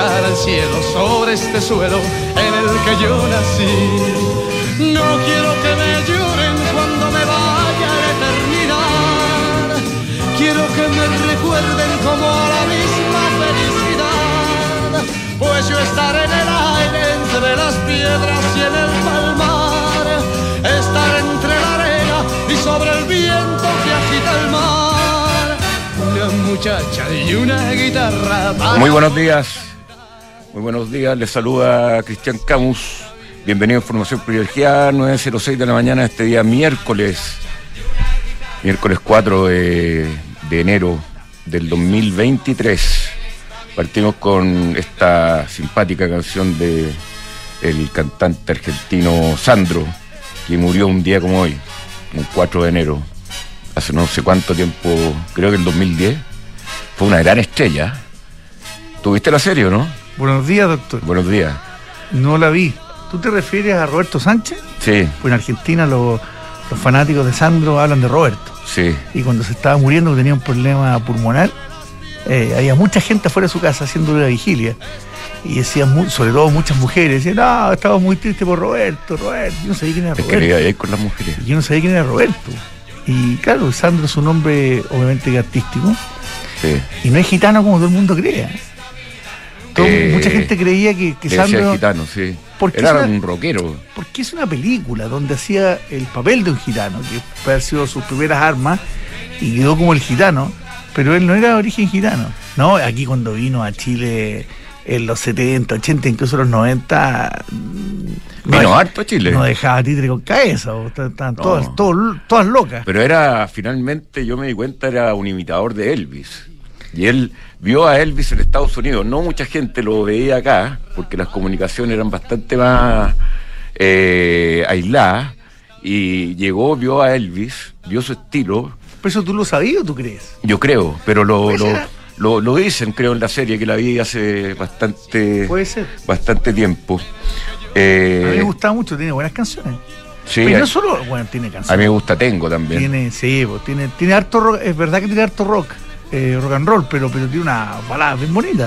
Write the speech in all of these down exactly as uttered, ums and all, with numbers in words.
llegar al cielo sobre este suelo en el que yo nací. No quiero que me lloren cuando me vaya a la eternidad. Quiero que me recuerden como a la misma felicidad, pues yo estaré en el aire entre las piedras y en el palmar, estar entre la arena y sobre el viento que agita el mar. Una muchacha y una guitarra para... Muy buenos días, muy buenos días, les saluda Cristian Camus. Bienvenido a Información Privilegiada, nueve cero seis de la mañana, este día miércoles, miércoles cuatro de, de enero del dos mil veintitrés. Partimos con esta simpática canción de el cantante argentino Sandro, que murió un día como hoy, un cuatro de enero, hace no sé cuánto tiempo, creo que el dos mil diez. Fue una gran estrella. ¿Tuviste la serie o no? Buenos días, doctor. Buenos días. No la vi. ¿Tú te refieres a Roberto Sánchez? Sí. Pues en Argentina los, los fanáticos de Sandro hablan de Roberto. Sí. Y cuando se estaba muriendo, que tenía un problema pulmonar, eh, había mucha gente afuera de su casa haciendo la vigilia. Y decían, muy, sobre todo muchas mujeres, decían, no, estaba muy triste por Roberto, Roberto. Yo no sabía quién era Roberto. Es que le iba a ir con las mujeres. Yo no sabía quién era Roberto. Y claro, Sandro es un hombre obviamente artístico. Sí. Y no es gitano como todo el mundo cree. Todo, eh, mucha gente creía que, que Sandro... gitano, sí. Era una, un rockero. Porque es una película donde hacía el papel de un gitano, que puede haber sido sus primeras armas, y quedó como el gitano, pero él no era de origen gitano. No, aquí cuando vino a Chile en los setenta, ochenta, incluso los noventa... Vino no, harto a Chile. No dejaba títere con cabeza, estaban no. todas, todas, todas locas. Pero era, finalmente, yo me di cuenta, era un imitador de Elvis. Y él vio a Elvis en Estados Unidos. No mucha gente lo veía acá, porque las comunicaciones eran bastante más eh, aisladas. Y llegó, vio a Elvis, vio su estilo. ¿Pero eso tú lo sabías o tú crees? Yo creo, pero lo, lo, lo, lo dicen, creo, en la serie, que la vi hace bastante, Puede ser. bastante tiempo. Eh, a mí me gustaba mucho, tiene buenas canciones. Sí, pero no solo, bueno, tiene canciones. A mí me gusta Tengo también. Tiene, sí, pues, tiene, tiene harto rock, es verdad que tiene harto rock. Eh, rock and roll, pero, pero tiene una balada bien bonita.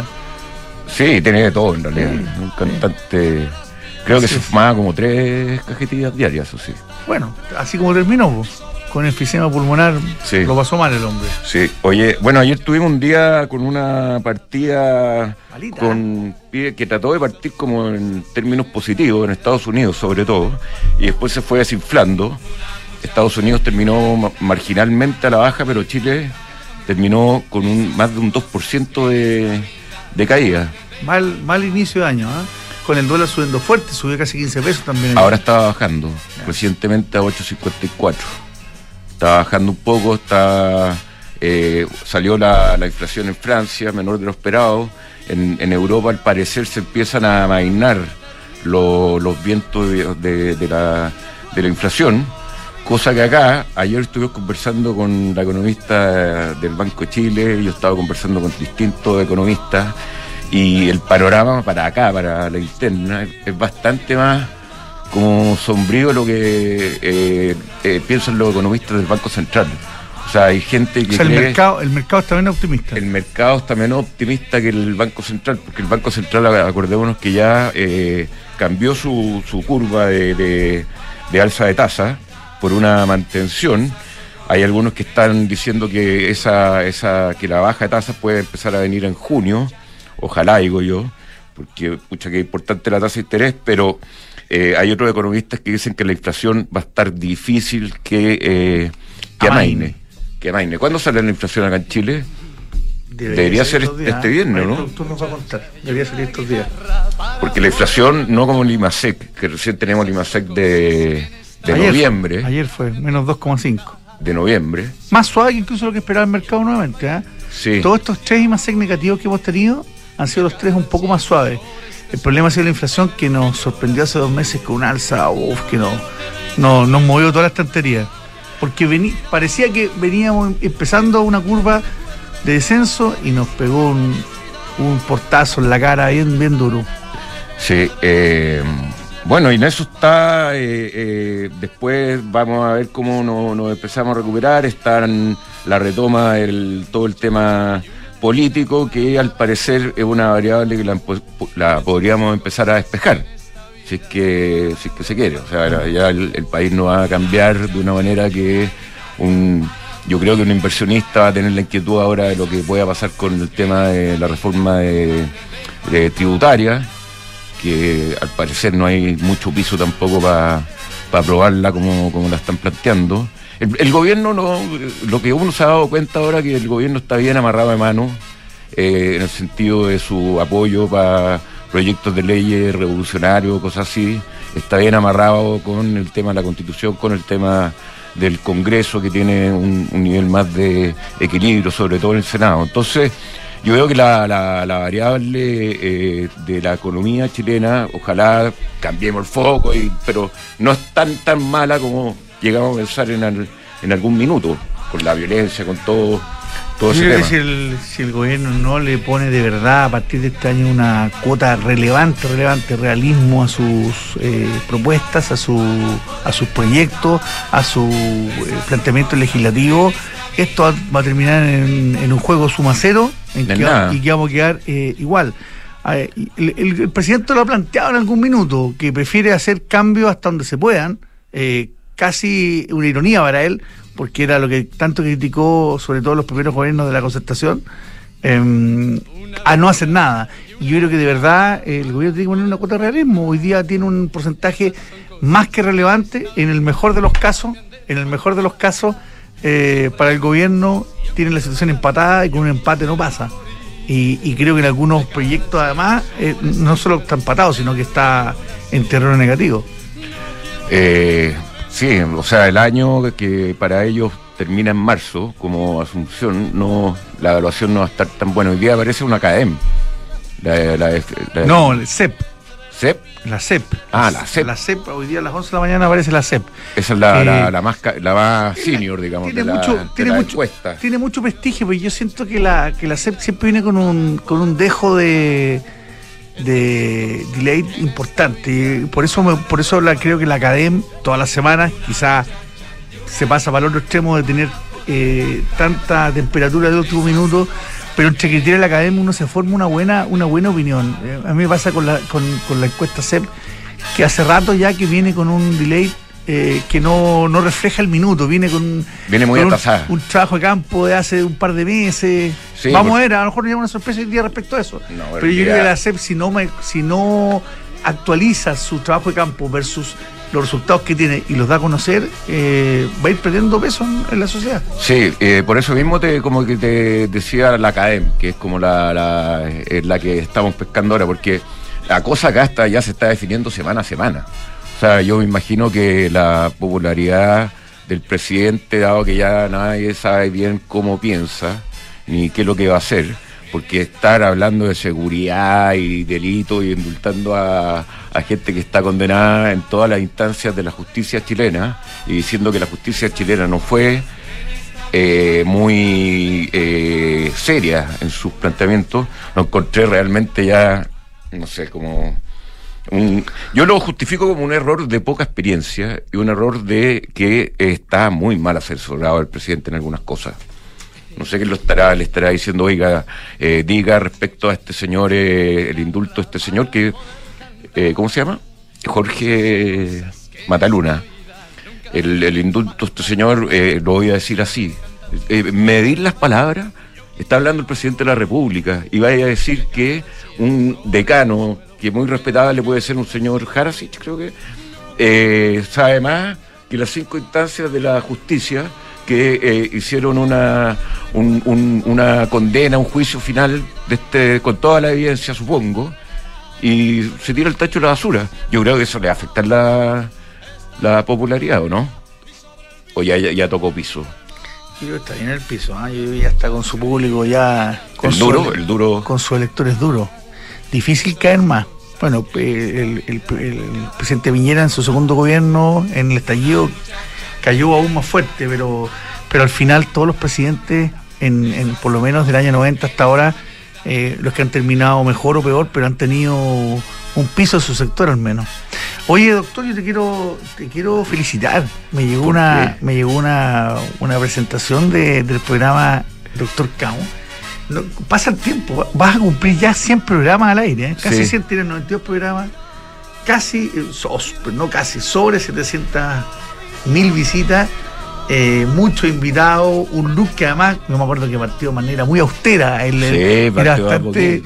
Sí, tiene de todo en realidad. Sí, un cantante. Sí. Creo que sí, se fumaba como tres cajetillas diarias, eso sí. Bueno, así como terminó, pues, con enfisema pulmonar, sí. Lo pasó mal el hombre. Sí, oye, bueno, ayer tuvimos un día con una partida Malita. Con que trató de partir como en términos positivos en Estados Unidos, sobre todo, y después se fue desinflando. Estados Unidos terminó marginalmente a la baja, pero Chile terminó con un más de un dos por ciento de, de caída. Mal, mal inicio de año, ¿eh? Con el dólar subiendo fuerte, subió casi quince pesos también. Ahora estaba bajando, ya. Recientemente a ocho cincuenta y cuatro. Está bajando un poco, está eh, salió la, la inflación en Francia, menor de lo esperado. En, en Europa, al parecer, se empiezan a amainar lo, los vientos de, de, de, la, de la inflación. Cosa que acá, ayer estuve conversando con la economista del Banco de Chile, yo estaba conversando con distintos economistas, y el panorama para acá, para la interna, es, es bastante más como sombrío lo que eh, eh, piensan los economistas del Banco Central. O sea, hay gente que o sea, cree... el mercado, el mercado está menos optimista. El mercado está menos optimista que el Banco Central, porque el Banco Central, acordémonos que ya eh, cambió su, su curva de, de, de alza de tasa por una mantención. Hay algunos que están diciendo que esa, esa que la baja de tasas puede empezar a venir en junio, ojalá, digo yo, porque pucha que es importante la tasa de interés, pero eh, hay otros economistas que dicen que la inflación va a estar difícil que, eh, que amaine. Que amaine. ¿Cuándo sale la inflación acá en Chile? Debería, Debería ser este, este viernes, ¿no? Tú nos vas a contar. Debería salir estos días. Porque la inflación, no como el IMASEC, que recién tenemos el IMASEC de... de ayer noviembre. Fue, ayer fue, menos dos coma cinco. De noviembre. Más suave que incluso lo que esperaba el mercado nuevamente, ¿eh? Sí. Todos estos tres IMASEC negativos que hemos tenido han sido los tres un poco más suaves. El problema ha sido la inflación, que nos sorprendió hace dos meses con una alza, uff, que no, no, nos movió toda la estantería. Porque vení, parecía que veníamos empezando una curva de descenso y nos pegó un, un portazo en la cara bien, bien duro. Sí, eh... Bueno, y en eso está, eh, eh, después vamos a ver cómo nos, nos empezamos a recuperar, está en la retoma, el, todo el tema político que al parecer es una variable que la, la podríamos empezar a despejar, si es que si es que se quiere. O sea, ya el, el país no va a cambiar de una manera que un yo creo que un inversionista va a tener la inquietud ahora de lo que pueda pasar con el tema de la reforma de, de tributaria, que al parecer no hay mucho piso tampoco para pa aprobarla como, como la están planteando. El, el gobierno, no, lo que uno se ha dado cuenta ahora que el gobierno está bien amarrado de mano, eh, en el sentido de su apoyo para proyectos de leyes revolucionarios, cosas así, está bien amarrado con el tema de la Constitución, con el tema del Congreso, que tiene un, un nivel más de equilibrio, sobre todo en el Senado. Entonces, yo veo que la, la, la variable eh, de la economía chilena, ojalá cambiemos el foco, y, pero no es tan tan mala como llegamos a pensar en, al, en algún minuto, con la violencia, con todo, todo ese tema. Si el, si el gobierno no le pone de verdad a partir de este año una cuota relevante, relevante, realismo a sus eh, propuestas, a, su, a sus proyectos, a su eh, planteamiento legislativo, esto va, va a terminar en, en un juego suma cero en que va, y que vamos a quedar eh, igual. El, el, el presidente lo ha planteado en algún minuto, que prefiere hacer cambios hasta donde se puedan, eh, casi una ironía para él, porque era lo que tanto criticó, sobre todo los primeros gobiernos de la Concertación, eh, a no hacer nada. Y yo creo que de verdad eh, el gobierno tiene que poner una cuota de realismo. Hoy día tiene un porcentaje más que relevante, en el mejor de los casos, en el mejor de los casos, eh, para el gobierno tiene la situación empatada y con un empate no pasa. Y, y creo que en algunos proyectos además eh, no solo está empatado, sino que está en terreno negativo. Eh... Sí, o sea, el año que para ellos termina en marzo, como Asunción, no, la evaluación no va a estar tan buena. Hoy día aparece una CADEM. La, la, la, la, no, el C E P. ¿C E P? La C E P. Ah, la C E P. La C E P, hoy día a las once de la mañana aparece la C E P. Esa es la, eh, la, la, más, la más senior, digamos, tiene de la, mucho, de tiene la mucho, encuesta. Tiene mucho prestigio, porque yo siento que la, que la C E P siempre viene con un, con un dejo de... de delay importante, y por eso me, por eso la, creo que la CADEM todas las semanas quizás se pasa para el otro extremo de tener eh, tanta temperatura de último minuto, pero entre criterios de la CADEM uno se forma una buena una buena opinión. Eh, a mí me pasa con la con, con la encuesta C E P, que hace rato ya que viene con un delay eh, que no, no refleja el minuto, viene con, viene muy con atrasada. Un, un trabajo de campo de hace un par de meses. Sí, vamos porque... a ver, a lo mejor nos lleva una sorpresa hoy día respecto a eso. No, pero yo creo que la C E P, si no, si no actualiza su trabajo de campo versus los resultados que tiene y los da a conocer, eh, va a ir perdiendo peso en, en la sociedad. Sí, eh, por eso mismo te como que te decía la CADEM, que es como la, la, es la que estamos pescando ahora, porque la cosa acá está, ya se está definiendo semana a semana. O sea, yo me imagino que la popularidad del presidente, dado que ya nadie sabe bien cómo piensa ni qué es lo que va a hacer, porque estar hablando de seguridad y delito y indultando a, a gente que está condenada en todas las instancias de la justicia chilena y diciendo que la justicia chilena no fue eh, muy eh, seria en sus planteamientos, lo encontré realmente ya, no sé, como... Un, yo lo justifico como un error de poca experiencia y un error de que está muy mal asesorado el presidente en algunas cosas. No sé qué lo estará, le estará diciendo, oiga, eh, diga respecto a este señor, eh, el indulto de este señor que, eh, ¿cómo se llama? Jorge Mataluna. El, el indulto de este señor, eh, lo voy a decir así, eh, medir las palabras. Está hablando el presidente de la República y vaya a decir que un decano, que muy respetable puede ser un señor Harasic, creo que, eh, sabe más que las cinco instancias de la justicia que eh, hicieron una un, un, una condena, un juicio final de este con toda la evidencia, supongo, y se tira el tacho de la basura. Yo creo que eso le va a afectar la, la popularidad, ¿o no? O ya, ya, ya tocó piso. Yo creo que está bien el piso, ¿eh? Yo ya está con su público, ya con el duro, su, el duro, con sus electores duros. Difícil caer más. Bueno, el, el, el, el presidente Piñera en su segundo gobierno, en el estallido, cayó aún más fuerte, pero pero al final todos los presidentes, en, en por lo menos del año noventa hasta ahora, eh, los que han terminado mejor o peor, pero han tenido un piso en su sector al menos. Oye, doctor, yo te quiero te quiero felicitar. Me llegó una me llegó una, una presentación de, del programa Doctor Cao, no, pasa el tiempo, vas a cumplir ya cien programas al aire, ¿eh? Casi sí. cien, tienen noventa y dos programas, casi, so, no casi, sobre setecientas mil visitas. Eh, muchos invitados, un look que además, no me acuerdo que partió de manera muy austera, él sí, era bastante,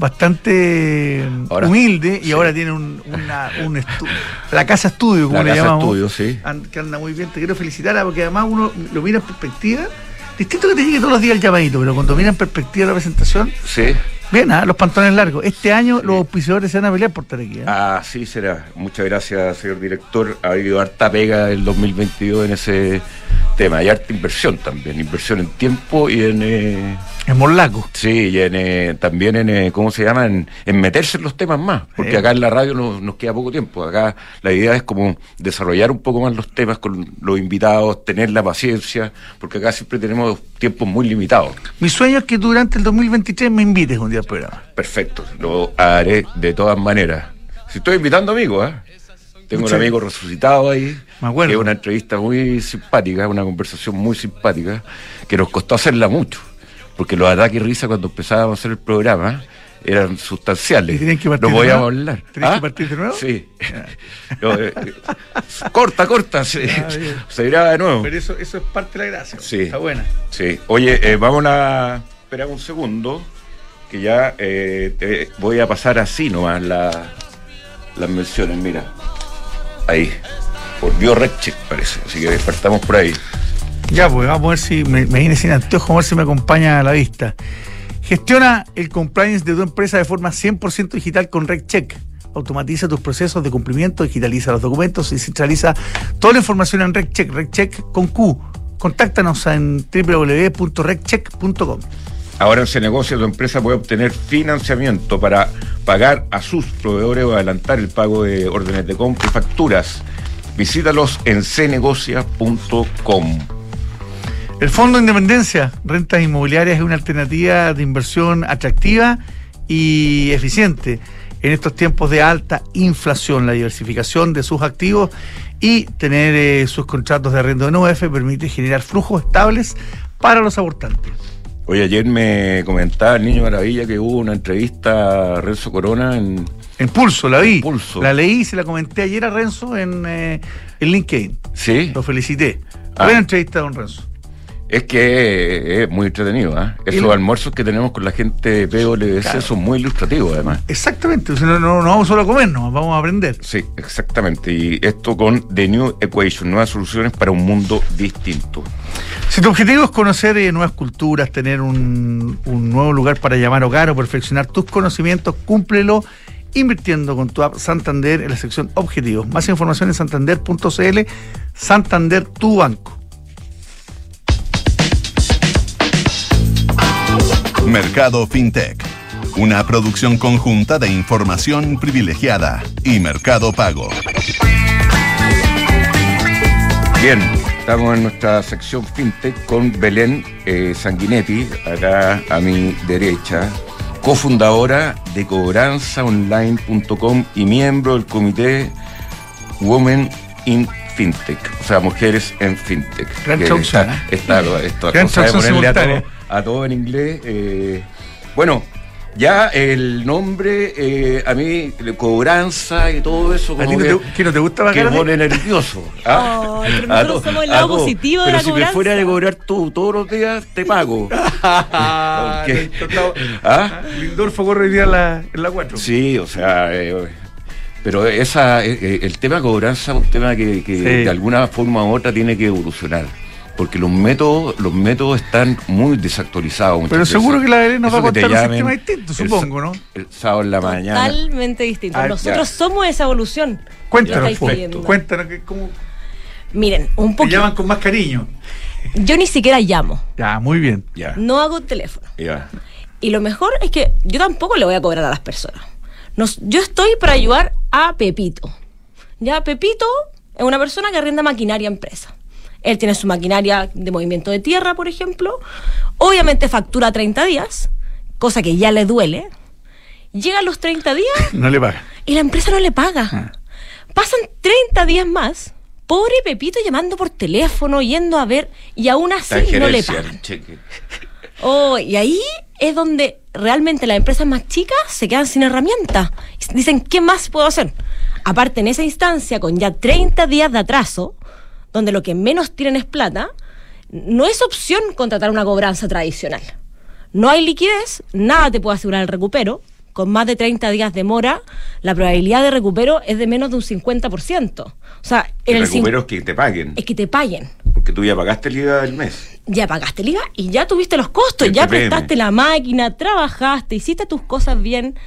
bastante ahora, humilde y sí. ahora tiene un, una, un estu- la casa estudio, como la le casa llamamos, estudio, sí. que anda muy bien. Te quiero felicitar porque además uno lo mira en perspectiva, distinto que te llegue todos los días el llamadito, pero cuando mira en perspectiva la presentación, sí. bien, ¿eh? Los pantalones largos. Este año sí. los auspiciadores se van a pelear por estar aquí, ¿eh? Ah, sí será. Muchas gracias, señor director. Ha habido harta pega el dos mil veintidós en ese tema. Hay harta inversión también. Inversión en tiempo y en... Eh... En Morlaco. Sí, y en, eh, también en, eh, ¿cómo se llama? En, en meterse en los temas más. Porque sí. acá en la radio no, nos queda poco tiempo. Acá la idea es como desarrollar un poco más los temas con los invitados, tener la paciencia, porque acá siempre tenemos tiempos muy limitados. Mi sueño es que tú durante el dos mil veintitrés me invites un día al programa. Perfecto, lo haré de todas maneras. Si estoy invitando amigos, ¿eh? Tengo Mucho un amigo bien. resucitado ahí, me acuerdo. Que es una entrevista muy simpática, una conversación muy simpática, que nos costó hacerla mucho, porque los ataques y risa cuando empezábamos a hacer el programa eran sustanciales. ¿Y que partir no podíamos hablar. ¿Tenías ¿Ah? que partir de nuevo? Sí. no, eh, corta, corta, se, ah, se irá de nuevo. Pero eso, eso es parte de la gracia. Sí. Está buena. Sí. Oye, eh, vamos a esperar un segundo, que ya eh, te voy a pasar así nomás la, las menciones, mira. Ahí. Por BioReccheck parece. Así que partamos por ahí. Ya, pues vamos a ver si me, me viene sin anteojo, a ver si me acompaña a la vista. Gestiona el compliance de tu empresa de forma cien por ciento digital con RecCheck. Automatiza tus procesos de cumplimiento, digitaliza los documentos y centraliza toda la información en RecCheck. RecCheck con Q. Contáctanos en doble u doble u doble u punto reccheck punto com. Ahora en CNegocia tu empresa puede obtener financiamiento para pagar a sus proveedores o adelantar el pago de órdenes de compra y facturas. Visítalos en cenegocia punto com. El Fondo de Independencia, Rentas Inmobiliarias, es una alternativa de inversión atractiva y eficiente en estos tiempos de alta inflación. La diversificación de sus activos y tener eh, sus contratos de arriendo en U F permite generar flujos estables para los aportantes. Oye, ayer me comentaba el Niño Maravilla que hubo una entrevista a Renzo Corona en... En Pulso, la vi. Pulso. La leí y se la comenté ayer a Renzo en, eh, en LinkedIn. Sí. Lo felicité. Ah. Buena entrevista, don Renzo. Es que es muy entretenido, ¿eh? Esos el... almuerzos que tenemos con la gente de P W C claro. son muy ilustrativos, además. Exactamente, o sea, no, no, no vamos solo a comer, no, vamos a aprender. Sí, exactamente. Y esto con The New Equation, nuevas soluciones para un mundo distinto. Si tu objetivo es conocer eh, nuevas culturas, tener un, un nuevo lugar para llamar hogar o perfeccionar tus conocimientos, cúmplelo invirtiendo con tu app Santander en la sección Objetivos. Más información en santander punto c l. Santander, tu banco. Mercado FinTech, una producción conjunta de Información Privilegiada y Mercado Pago. Bien, estamos en nuestra sección FinTech con Belén eh, Sanguinetti, acá a mi derecha, cofundadora de cobranza online punto com y miembro del comité Women in FinTech, o sea, mujeres en FinTech. Gran traducción, ¿eh? Está, está, Gran traducción simultánea. A todo en inglés. Eh, bueno, ya el nombre, eh, a mí, cobranza y todo eso. ¿A ti no te, que no te gusta que pone nervioso? ¿Ah? Oh, pero nosotros somos el lado positivo de pero la si cobranza. me fuera de cobrar tú todos los días, te pago. Okay. ¿Ah? Lindorfo corre hoy día en la, en la cuatro. Sí, o sea... Eh, pero esa, eh, el tema de cobranza es un tema que, que sí. de alguna forma u otra tiene que evolucionar. Porque los métodos los métodos están muy desactualizados. Pero seguro veces. que la Belén nos va a contar un sistema el, distinto, supongo, ¿no? El sábado en la mañana. Totalmente distinto. Ah, Nosotros ya. somos esa evolución. Cuéntanos, pues, cuéntanos que cómo. Miren, un poco. Te llaman con más cariño. Yo ni siquiera llamo. Ya, muy bien. Ya. No hago teléfono. Ya. Y lo mejor es que yo tampoco le voy a cobrar a las personas. Nos, yo estoy para ayudar a Pepito. Ya, Pepito es una persona que arrenda maquinaria a empresa. Él tiene su maquinaria de movimiento de tierra, por ejemplo. Obviamente factura treinta días, cosa que ya le duele. Llegan los treinta días... No le paga. Y la empresa no le paga. Ah. Pasan treinta días más, pobre Pepito llamando por teléfono, yendo a ver, y aún así no le pagan. Oh, y ahí es donde realmente las empresas más chicas se quedan sin herramientas. Dicen, ¿qué más puedo hacer? Aparte, en esa instancia, con ya treinta días de atraso, donde lo que menos tienen es plata, no es opción contratar una cobranza tradicional. No hay liquidez, nada te puede asegurar el recupero. Con más de treinta días de mora, la probabilidad de recupero es de menos de un cincuenta por ciento. O sea, en el el recupero es que te paguen. Es que te paguen. Porque tú ya pagaste el I V A del mes. Ya pagaste el I V A y ya tuviste los costos, El ya T P M. prestaste la máquina, trabajaste, hiciste tus cosas bien.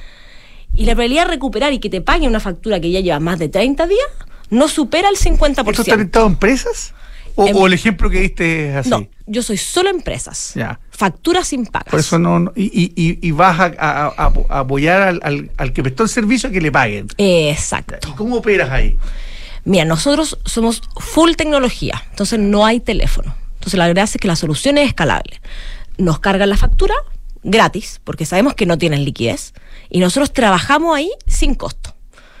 Y la probabilidad de recuperar y que te paguen una factura que ya lleva más de treinta días no supera el cincuenta por ¿Esto ciento. está orientado a empresas? ¿O, Em- o el ejemplo que diste es así? No, yo soy solo empresas. Ya. Facturas sin pagas. Por eso no, no- y, y, y- y vas a, a- a- a apoyar al, al, al que prestó el servicio a que le paguen. Exacto. ¿Y cómo operas ahí? Mira, nosotros somos full tecnología, entonces no hay teléfono. Entonces la gracia es que la solución es escalable. Nos cargan la factura gratis, porque sabemos que no tienen liquidez, y nosotros trabajamos ahí sin costo.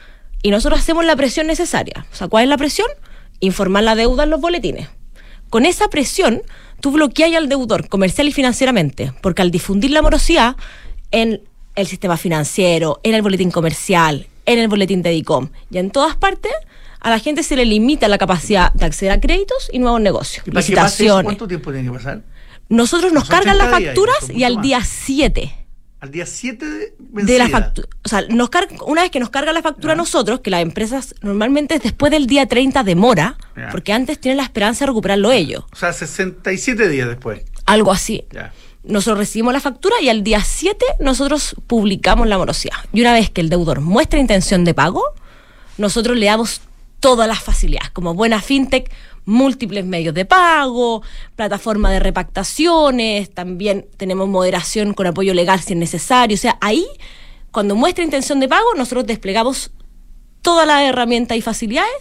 Y nosotros hacemos la presión necesaria. O sea, ¿cuál es la presión? Informar la deuda en los boletines. Con esa presión, tú bloqueas al deudor comercial y financieramente, porque al difundir la morosidad en el sistema financiero, en el boletín comercial, en el boletín de DICOM y en todas partes, a la gente se le limita la capacidad de acceder a créditos y nuevos negocios. ¿Y para que pase eso, Licitaciones. cuánto tiempo tiene que pasar? Nosotros nos Son cargan las treinta días, facturas son y mucho al más. día siete Al día siete de, de la vencida. factura. O sea, nos carga, una vez que nos carga la factura a Ya. nosotros, que las empresas normalmente es después del día treinta demora, Ya. porque antes tienen la esperanza de recuperarlo ellos. O sea, sesenta y siete días después. Algo así. Ya. Nosotros recibimos la factura y al día siete nosotros publicamos la morosidad. Y una vez que el deudor muestra intención de pago, nosotros le damos todas las facilidades, como buena fintech, múltiples medios de pago, plataforma de repactaciones, también tenemos moderación con apoyo legal si es necesario. O sea, ahí, cuando muestra intención de pago, nosotros desplegamos todas las herramientas y facilidades,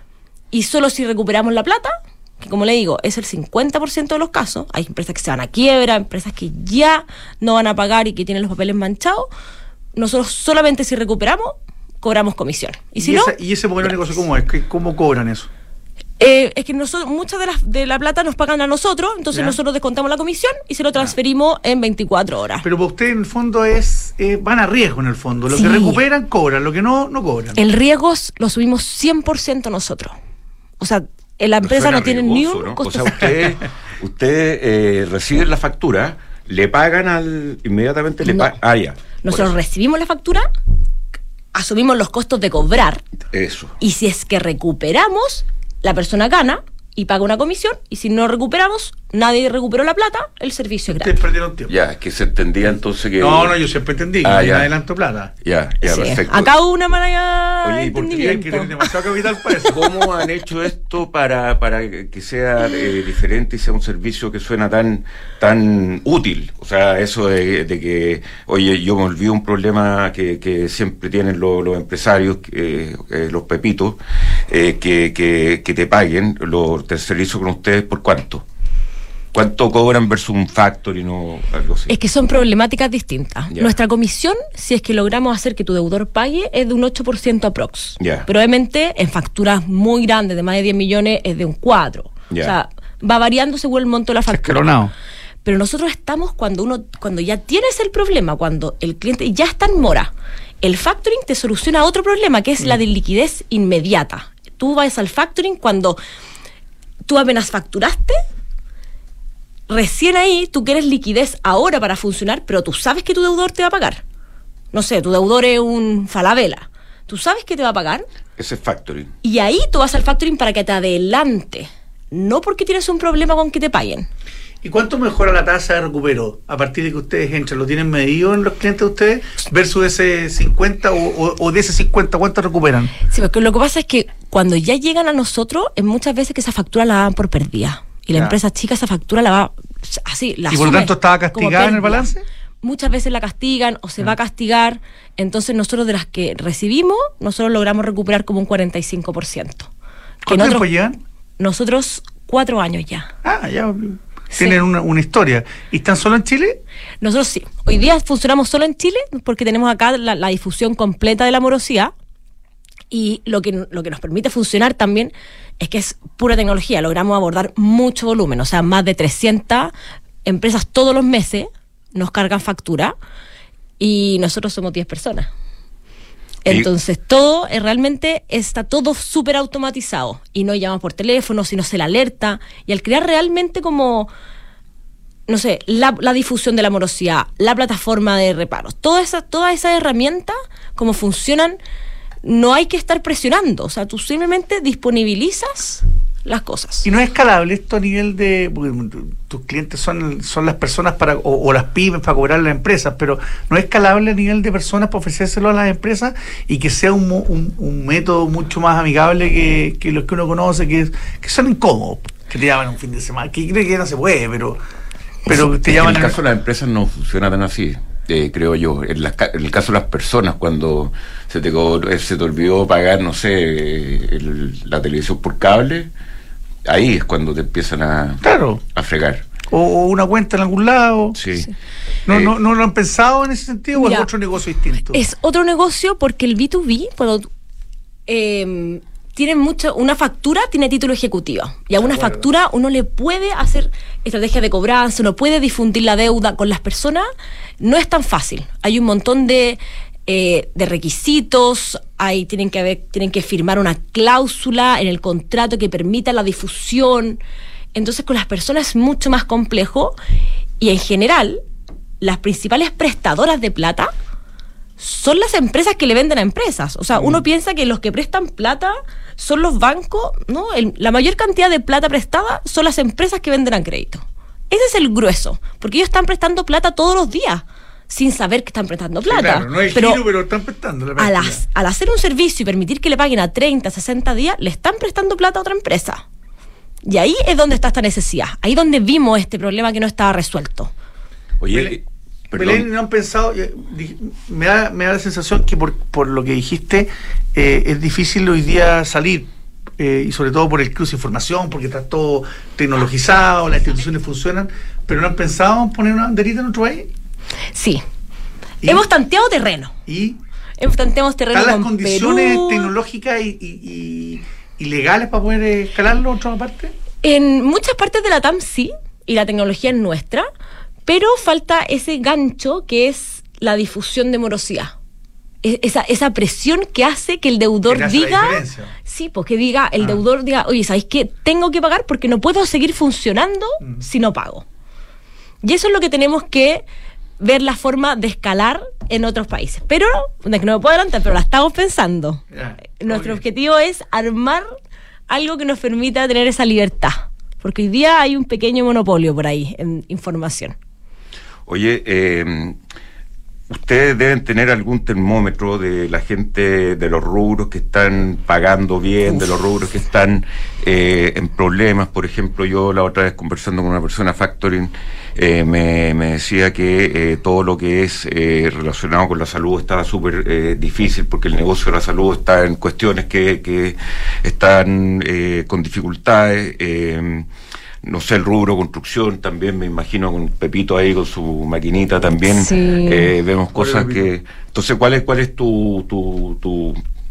y solo si recuperamos la plata, que como le digo, es el cincuenta por ciento de los casos, hay empresas que se van a quiebra, empresas que ya no van a pagar y que tienen los papeles manchados, nosotros solamente si recuperamos, cobramos comisión. Y si ¿Y, no, esa- ¿Y ese modelo de negocio cómo es? ¿Qué- ¿Cómo cobran eso? eh, es que nosotros, muchas de, las, de la plata nos pagan a nosotros, entonces Ya. nosotros descontamos la comisión y se lo transferimos en veinticuatro horas. Pero para usted en el fondo es eh, van a riesgo en el fondo. Lo Sí. que recuperan, cobran. Lo que no, no cobran. El riesgo lo subimos cien por ciento nosotros. O sea, en la empresa Suena no tiene ni riesgoso, un ¿no? costo. O sea, ustedes usted, eh, reciben la factura, le pagan al inmediatamente, le No. pagan. Ah, ya. Nosotros Por recibimos la factura, asumimos los costos de cobrar, eso. Eso. y si es que recuperamos, la persona gana y paga una comisión, y si no recuperamos, nadie recuperó la plata, el servicio es Ustedes gratis. perdieron tiempo. Ya, que se entendía entonces que. No, no, yo siempre entendí que Ah, no hay ya. adelanto plata. Ya, ya, Sí, perfecto. acá hubo una mala Oye, ¿y por qué hay Hay que tener entendimiento. demasiado capital para eso. ¿Cómo han hecho esto para, para que sea eh, diferente y sea un servicio que suena tan tan útil? O sea, eso de, de que, oye, yo me olvido un problema que, que siempre tienen lo- los empresarios, eh, eh, los pepitos, eh, que, que, que te paguen, lo tercerizo con ustedes, ¿por cuánto? ¿Cuánto cobran versus un factoring o algo así? Es que son problemáticas distintas. Ya. Nuestra comisión, si es que logramos hacer que tu deudor pague, es de un ocho por ciento aprox. Ya. Pero obviamente en facturas muy grandes, de más de diez millones, es de un cuatro. Ya. O sea, va variando según el monto de la factura. Escalonado. Pero nosotros estamos cuando uno, cuando ya tienes el problema, cuando el cliente ya está en mora. El factoring te soluciona otro problema, que es la de liquidez inmediata. Tú vas al factoring cuando tú apenas facturaste, recién ahí tú quieres liquidez ahora para funcionar, pero tú sabes que tu deudor te va a pagar. No sé, tu deudor es un Falabella. Tú sabes que te va a pagar Ese es factoring. y ahí tú vas al factoring para que te adelante. No porque tienes un problema con que te paguen. ¿Y cuánto mejora la tasa de recupero a partir de que ustedes entran? ¿Lo tienen medido en los clientes de ustedes versus ese cincuenta o, o, o de ese cincuenta cuánto recuperan? Sí, porque lo que pasa es que cuando ya llegan a nosotros, es muchas veces que esa factura la dan por perdida. Y la Ya. empresa chica esa factura la va así, la ¿Y por lo asume tanto estaba como castigada en el pérdida. balance? Muchas veces la castigan o se va a castigar. Entonces nosotros de las que recibimos, nosotros logramos recuperar como un cuarenta y cinco por ciento. Que en ¿Cuánto tiempo otros- llevan? Nosotros cuatro años ya. Ah, ya Sí. tienen una, una historia. ¿Y están solo en Chile? Nosotros sí. Hoy día funcionamos solo en Chile porque tenemos acá la, la difusión completa de la morosidad, y lo que, lo que nos permite funcionar también es que es pura tecnología. Logramos abordar mucho volumen, o sea, más de trescientas empresas todos los meses nos cargan factura y nosotros somos diez personas. Entonces todo eh, realmente está todo súper automatizado y no llaman por teléfono, sino se le alerta, y al crear realmente como, no sé, la, la difusión de la morosidad, la plataforma de reparos, todas esas todas esas herramientas como funcionan, no hay que estar presionando, o sea, tú simplemente disponibilizas las cosas. Y no es escalable esto a nivel de, porque tus clientes son, son las personas para, o, o las pymes para cobrar a las empresas, pero no es escalable a nivel de personas para ofrecérselo a las empresas y que sea un, un, un método mucho más amigable que, que los que uno conoce, que, que son incómodos, que te llaman un fin de semana, que creo que no se puede, pero, pero te llaman. En el caso de las empresas no funciona tan así. Eh, creo yo, en, la, en el caso de las personas, cuando se te, se te olvidó pagar, no sé, el, la televisión por cable, ahí es cuando te empiezan a, claro. a fregar. O, o una cuenta en algún lado. Sí. sí. ¿No, eh, no, ¿No lo han pensado en ese sentido o ya, es otro negocio distinto? Es otro negocio porque el B dos B, cuando eh, tiene mucho, una factura tiene título ejecutivo. Y a una bueno. factura uno le puede hacer estrategias de cobranza, uno puede difundir la deuda con las personas. No es tan fácil. Hay un montón de Eh, de requisitos, ahí tienen que haber, tienen que firmar una cláusula en el contrato que permita la difusión. Entonces con las personas es mucho más complejo, y en general las principales prestadoras de plata son las empresas que le venden a empresas. O sea, mm. uno piensa que los que prestan plata son los bancos, ¿no? El, la mayor cantidad de plata prestada son las empresas que venden a crédito. Ese es el grueso, porque ellos están prestando plata todos los días sin saber que están prestando plata. Sí, claro, no hay pero, giro, pero están prestando la al, as, al hacer un servicio y permitir que le paguen a treinta, sesenta días, le están prestando plata a otra empresa. Y ahí es donde está esta necesidad. Ahí es donde vimos este problema que no estaba resuelto. Oye, Belén, Belén, ¿no han pensado? Me da, me da la sensación que por, por lo que dijiste, eh, es difícil hoy día salir. Eh, y sobre todo por el cruce de información, porque está todo tecnologizado, las instituciones funcionan, pero ¿no han pensado en poner una banderita en otro país? Sí. ¿Y? Hemos tanteado terreno. ¿Y? Hemos tanteado terreno ¿Están las con condiciones Perú, tecnológicas y, y, y, y legales para poder escalarlo a otra parte? En muchas partes de la T A M sí, y la tecnología es nuestra, pero falta ese gancho que es la difusión de morosidad. Esa, esa presión que hace que el deudor que diga, sí, pues que diga, el ah. deudor diga, oye, ¿sabéis qué? Tengo que pagar porque no puedo seguir funcionando mm. si no pago. Y eso es lo que tenemos que ver, la forma de escalar en otros países. Pero, no, no me puedo adelantar, pero la estamos pensando. Yeah, Nuestro okay. objetivo es armar algo que nos permita tener esa libertad, porque hoy día hay un pequeño monopolio por ahí en información. Oye, eh... ustedes deben tener algún termómetro de la gente, de los rubros que están pagando bien, Uf. de los rubros que están eh, en problemas. Por ejemplo, yo la otra vez conversando con una persona factoring, eh, me, me decía que eh, todo lo que es eh, relacionado con la salud estaba súper eh, difícil, porque el negocio de la salud está en cuestiones que, que están eh, con dificultades. Eh, No sé, el rubro construcción también, me imagino con Pepito ahí con su maquinita también, sí. eh, vemos cosas que... Entonces, ¿cuál es cuál es tu tu, tu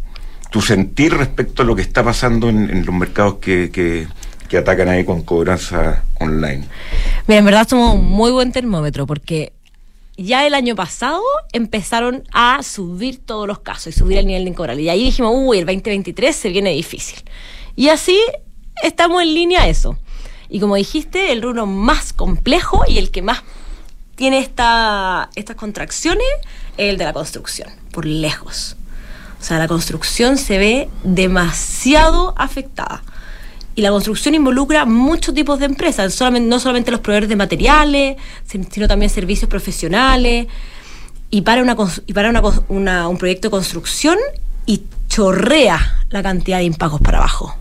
tu sentir respecto a lo que está pasando en, en los mercados que, que, que atacan ahí con cobranza online? Mira, en verdad somos un muy buen termómetro, porque ya el año pasado empezaron a subir todos los casos y subir el nivel de incobrable. Y ahí dijimos, uy, el veinte veintitrés se viene difícil. Y así estamos en línea a eso. Y como dijiste, el rubro más complejo y el que más tiene esta, estas contracciones es el de la construcción, por lejos. O sea, la construcción se ve demasiado afectada. Y la construcción involucra muchos tipos de empresas, solamente, no solamente los proveedores de materiales, sino también servicios profesionales. Y para, una, y para una, una, un proyecto de construcción, y chorrea la cantidad de impagos para abajo.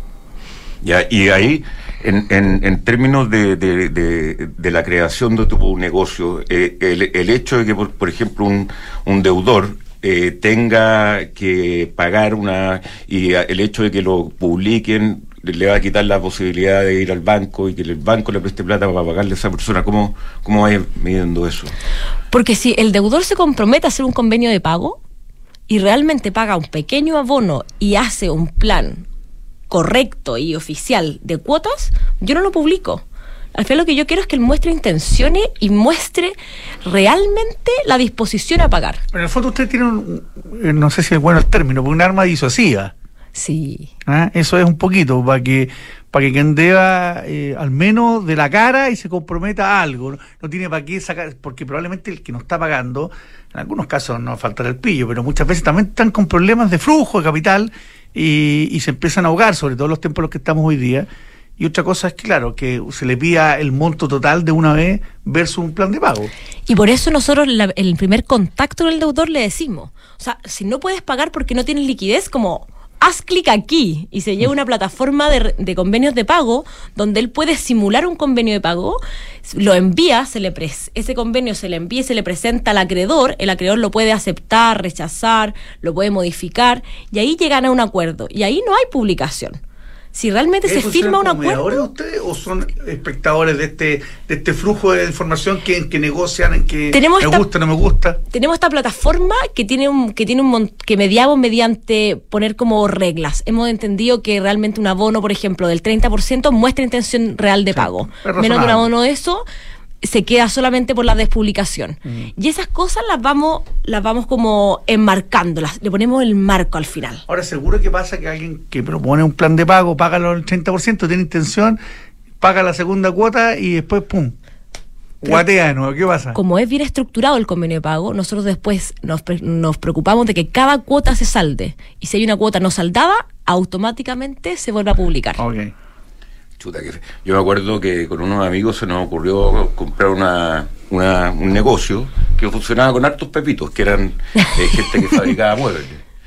Ya, y ahí... En, en, en términos de, de, de, de la creación de tu negocio, eh, el, el hecho de que, por, por ejemplo, un, un deudor eh, tenga que pagar una... y el hecho de que lo publiquen le va a quitar la posibilidad de ir al banco y que el banco le preste plata para pagarle a esa persona. ¿Cómo, cómo vais midiendo eso? Porque si el deudor se compromete a hacer un convenio de pago y realmente paga un pequeño abono y hace un plan correcto y oficial de cuotas, yo no lo publico. Al final lo que yo quiero es que él muestre intenciones y muestre realmente la disposición a pagar. Pero en el fondo usted tiene un, eh, no sé si es bueno el término, pero un arma disuasiva. Sí. ¿Ah? Eso es un poquito, para que para que quien deba eh, al menos de la cara y se comprometa a algo. No, no tiene para qué sacar, porque probablemente el que no está pagando, en algunos casos no faltará el pillo, pero muchas veces también están con problemas de flujo de capital y, y se empiezan a ahogar, sobre todo en los tiempos en los que estamos hoy día. Y otra cosa es, claro, que se le pida el monto total de una vez versus un plan de pago. Y por eso nosotros la, el primer contacto con el deudor le decimos, o sea, si no puedes pagar porque no tienes liquidez, como haz clic aquí y se lleva una plataforma de, de convenios de pago donde él puede simular un convenio de pago, lo envía, se le pres- ese convenio se le envía y se le presenta al acreedor, el acreedor lo puede aceptar, rechazar, lo puede modificar y ahí llegan a un acuerdo y ahí no hay publicación. Si realmente se firma un acuerdo. ¿Ustedes o son espectadores de este de este flujo de información que, que negocian, en que Tenemos me esta, gusta, no me gusta? Tenemos esta plataforma que tiene un que tiene un mon- que mediamos mediante poner como reglas. Hemos entendido que realmente un abono, por ejemplo, del treinta por ciento muestra intención real de pago. Es Menos de un razonable. abono de eso se queda solamente por la despublicación. Mm. Y esas cosas las vamos las vamos como enmarcando, las, le ponemos el marco al final. Ahora, seguro que pasa que alguien que propone un plan de pago, paga el treinta por ciento, tiene intención, paga la segunda cuota y después, pum, guatea de nuevo. ¿Qué pasa? Como es bien estructurado el convenio de pago, nosotros después nos, pre- nos preocupamos de que cada cuota se salde. Y si hay una cuota no saldada, automáticamente se vuelve a publicar. Ok. Chuta, que yo me acuerdo que con unos amigos se nos ocurrió comprar una, una un negocio que funcionaba con hartos pepitos, que eran eh, gente que fabricaba muebles.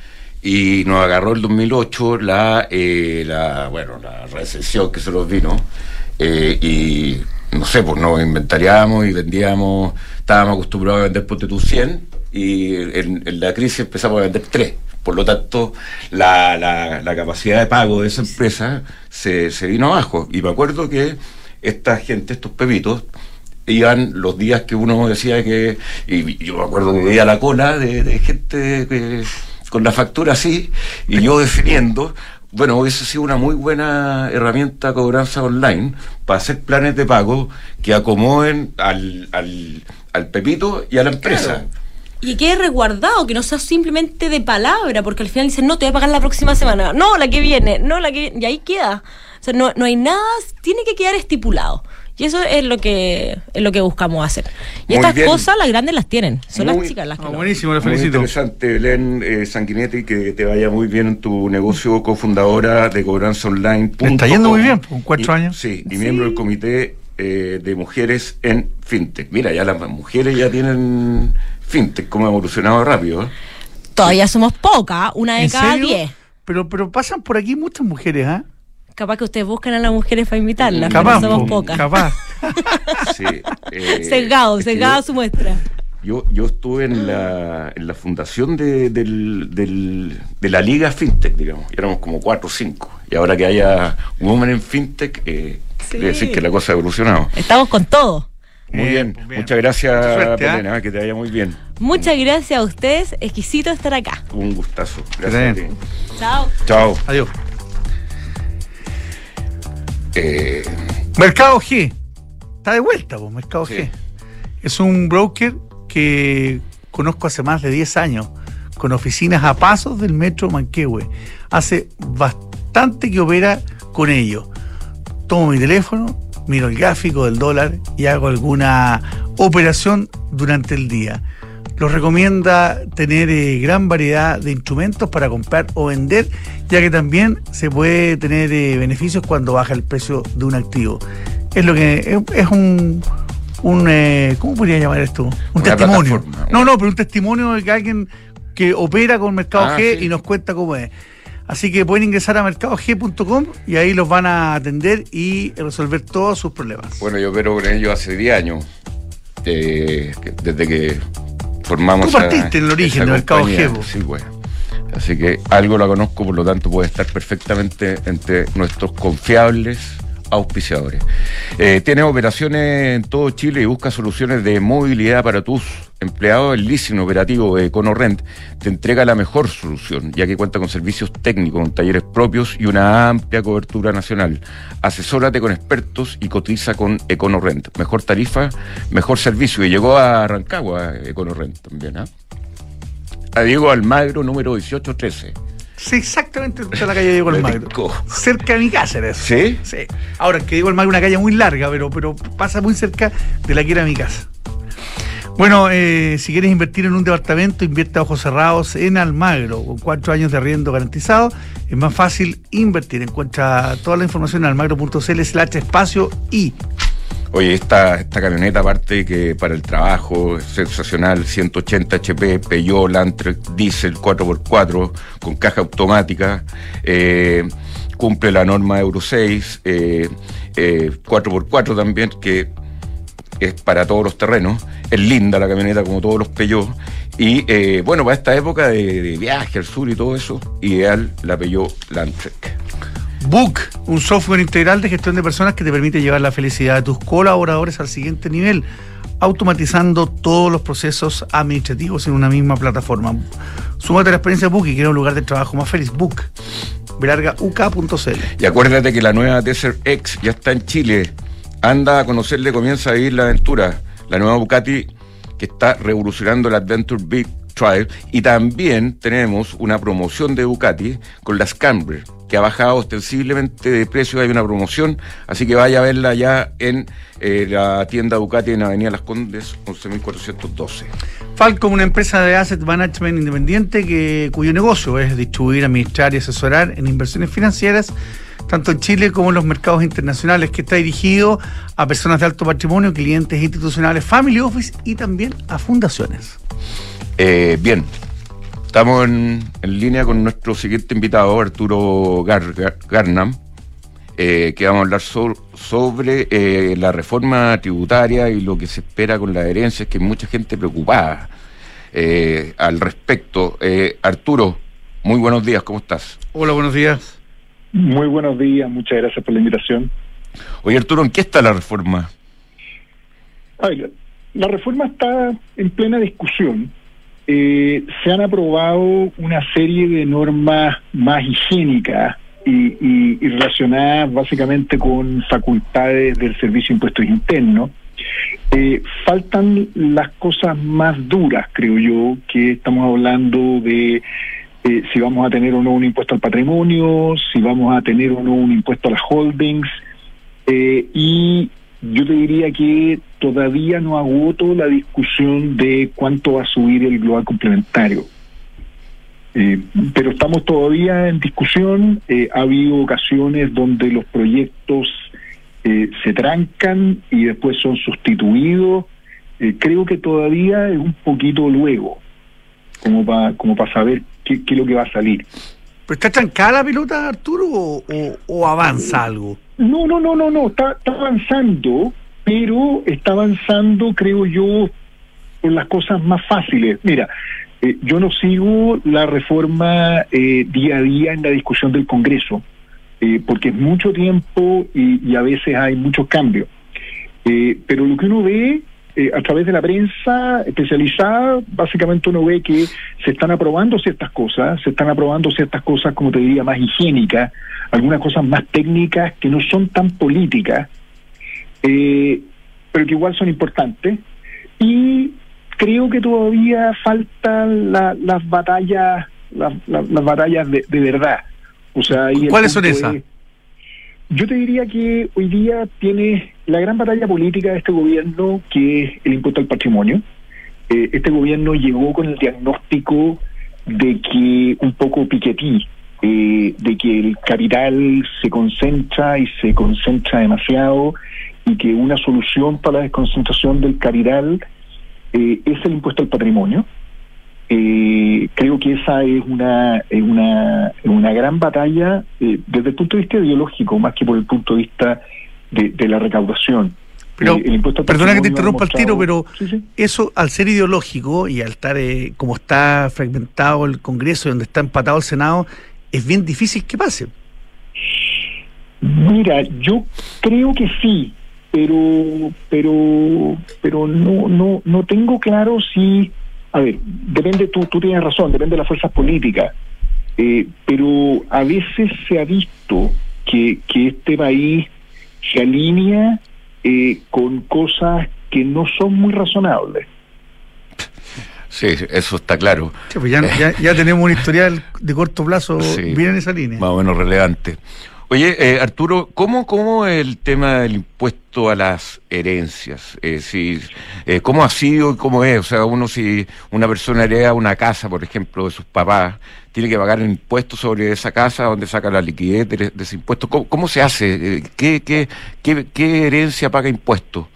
Y nos agarró el dos mil ocho la, eh, la bueno, la recesión que se nos vino, eh, y no sé, pues nos inventariamos y vendíamos, estábamos acostumbrados a vender ponte tú cien, y en, en la crisis empezamos a vender tres. Por lo tanto, la, la, la capacidad de pago de esa empresa se, se vino abajo. Y me acuerdo que esta gente, estos pepitos, iban los días que uno decía que... Y yo me acuerdo que veía la cola de, de gente que, con la factura así, y yo definiendo... Bueno, hubiese sido una muy buena herramienta de cobranza online para hacer planes de pago que acomoden al, al, al pepito y a la empresa. Claro. Y quede resguardado, que no sea simplemente de palabra, porque al final dicen, no, te voy a pagar la próxima semana, no, la que viene, no, la que viene, y ahí queda. O sea, no, no hay nada, tiene que quedar estipulado. Y eso es lo que es lo que buscamos hacer. Y Muy estas bien. cosas las grandes las tienen, son Muy- las chicas las que Ah, lo- buenísimo, le Muy felicito. interesante, Belén eh, Sanguinetti, que te vaya muy bien en tu negocio, cofundadora de cobranza online. Le está yendo muy bien, con cuatro Y- años. Sí, y Sí. miembro del comité eh, de mujeres en FinTech. Mira, ya las mujeres ya tienen FinTech, como ha evolucionado rápido. ¿eh? Todavía somos pocas, una de ¿En cada serio? diez. Pero, pero pasan por aquí muchas mujeres, ¿ah? Capaz que ustedes buscan a las mujeres para invitarlas, Capaz, pero somos po, pocas. capaz. Sí, eh, Sesgado, es que sesgada yo- su muestra. Yo, yo estuve en la, en la fundación de, del, del, de la Liga FinTech, digamos. Y éramos como cuatro o cinco. Y ahora que haya Women en FinTech, eh, Sí. quiere decir que la cosa ha evolucionado. Estamos con todo. Muy Bien, bien, bien. muchas gracias, Mucha suerte, ¿ah? Belén, ¿eh? Que te vaya muy bien. Muchas gracias a ustedes, exquisito estar acá. Un gustazo. Gracias a ti. bien. Chao. Chao. Adiós. Eh, Mercado G. Está de vuelta, pues, Mercado Sí. G. Es un broker que conozco hace más de diez años, con oficinas a pasos del metro Manquehue. Hace bastante que opera con ellos. Tomo mi teléfono, miro el gráfico del dólar y hago alguna operación durante el día. Los recomienda tener eh, gran variedad de instrumentos para comprar o vender, ya que también se puede tener eh, beneficios cuando baja el precio de un activo. Es lo que es, es un, un eh, ¿cómo podría llamar esto? Un Una testimonio. plataforma. No, no, pero un testimonio de que alguien que opera con Mercado Ah, G sí. y nos cuenta cómo es. Así que pueden ingresar a mercado g punto com y ahí los van a atender y resolver todos sus problemas. bueno, yo opero con ellos hace diez años. eh, que- desde que formamos. Tú partiste en el origen esa de Mercado compañía. G, po. Sí, bueno. Así que algo la conozco, por lo tanto puede estar perfectamente entre nuestros confiables auspiciadores. Eh, tiene operaciones en todo Chile y busca soluciones de movilidad para tus empleados, el leasing operativo de EconoRent te entrega la mejor solución, ya que cuenta con servicios técnicos, con talleres propios y una amplia cobertura nacional. Asesórate con expertos y cotiza con EconoRent. Mejor tarifa, mejor servicio. Y llegó a Rancagua EconoRent también, ¿ah? ¿eh? A Diego Almagro, número dieciocho trece. Sí, exactamente, está la calle Diego Almagro. Cerca de mi casa era eso. ¿Sí? Sí. Ahora, que Diego Almagro es una calle muy larga, pero, pero pasa muy cerca de la que era mi casa. Bueno, eh, si quieres invertir en un departamento, invierte a ojos cerrados en Almagro, con cuatro años de arriendo garantizado. Es más fácil invertir. Encuentra toda la información en almagro.cl slash espacio y... Oye, esta, esta camioneta, aparte que para el trabajo es sensacional, ciento ochenta H P, Peugeot Landtrek Diesel cuatro por cuatro con caja automática, eh, cumple la norma Euro seis, eh, eh, cuatro por cuatro también, que es para todos los terrenos. Es linda la camioneta como todos los Peugeot. Y eh, bueno, para esta época de, de viaje al sur y todo eso, ideal la Peugeot Landtrek. Book, un software integral de gestión de personas que te permite llevar la felicidad de tus colaboradores al siguiente nivel, automatizando todos los procesos administrativos en una misma plataforma. Súmate a la experiencia Book y crea un lugar de trabajo más feliz. Book, belarga u k punto c l. Y acuérdate que la nueva Desert X ya está en Chile. Anda a conocerle, comienza a vivir la aventura. La nueva Ducati que está revolucionando el Adventure Big Trail. Y también tenemos una promoción de Ducati con la Scambler, que ha bajado ostensiblemente de precio. Hay una promoción, así que vaya a verla ya en eh, la tienda Ducati en Avenida Las Condes, once mil cuatrocientos doce. Falcom, una empresa de asset management independiente que cuyo negocio es distribuir, administrar y asesorar en inversiones financieras, tanto en Chile como en los mercados internacionales, que está dirigido a personas de alto patrimonio, clientes institucionales, family office y también a fundaciones. Eh, bien, estamos en, en línea con nuestro siguiente invitado, Arturo Gar, Gar, Garnam, eh, que vamos a hablar so, sobre eh, la reforma tributaria y lo que se espera con las herencias, que hay mucha gente preocupada eh, al respecto. Eh, Arturo, muy buenos días, ¿cómo estás? Hola, buenos días. Muy buenos días, muchas gracias por la invitación. Oye, Arturo, ¿en qué está la reforma? Ay, la, la reforma está en plena discusión. Eh, se han aprobado una serie de normas más higiénicas y, y, y relacionadas básicamente con facultades del Servicio de Impuestos Internos. Eh, faltan las cosas más duras, creo yo, que estamos hablando de eh, si vamos a tener o no un impuesto al patrimonio, si vamos a tener o no un impuesto a las holdings, eh, y yo te diría que todavía no agoto la discusión de cuánto va a subir el global complementario. Eh, pero estamos todavía en discusión. Eh, ha habido ocasiones donde los proyectos eh, se trancan y después son sustituidos. Eh, creo que todavía es un poquito luego, como para como para saber qué, qué es lo que va a salir. ¿Pero está trancada la pelota, Arturo, o, o, o avanza algo? No, no, no, no, no, está, está avanzando, pero está avanzando, creo yo, por las cosas más fáciles. Mira, eh, yo no sigo la reforma eh, día a día en la discusión del Congreso, eh, porque es mucho tiempo y, y a veces hay muchos cambios. Eh, pero lo que uno ve eh, a través de la prensa especializada, básicamente uno ve que se están aprobando ciertas cosas, se están aprobando ciertas cosas, como te diría, más higiénicas, algunas cosas más técnicas que no son tan políticas, eh, pero que igual son importantes. Y creo que todavía faltan la, las batallas, la, la, las batallas de, de verdad. O sea, ahí ¿cuáles son esas? Es, yo te diría que hoy día tiene la gran batalla política de este gobierno, que es el impuesto al patrimonio. Eh, este gobierno llegó con el diagnóstico de que un poco Piketty, eh, de que el capital se concentra y se concentra demasiado, y que una solución para la desconcentración del capital eh, es el impuesto al patrimonio. Eh, creo que esa es una es una, una gran batalla eh, desde el punto de vista ideológico, más que por el punto de vista de, de la recaudación. Pero, eh, el impuesto al perdona que te patrimonio interrumpa ha el tiro, pero sí, sí. eso, al ser ideológico y al estar eh, como está fragmentado el Congreso y donde está empatado el Senado, es bien difícil que pase. Mira, yo creo que sí. pero pero pero no no no tengo claro si, a ver, depende, tú tú tienes razón, depende de las fuerzas políticas, eh, pero a veces se ha visto que, que este país se alinea eh, con cosas que no son muy razonables. Sí, eso está claro. Sí, pues ya, ya, ya tenemos un historial de corto plazo, sí, bien en esa línea. Más o menos relevante. Oye, eh, Arturo, ¿cómo, ¿cómo el tema del impuesto a las herencias? Eh, si, eh, ¿Cómo ha sido y cómo es? O sea, uno si una persona hereda una casa, por ejemplo, de sus papás, tiene que pagar un impuesto sobre esa casa, donde saca la liquidez de, de ese impuesto. ¿Cómo, cómo se hace? ¿Qué, qué, qué, qué herencia paga impuesto?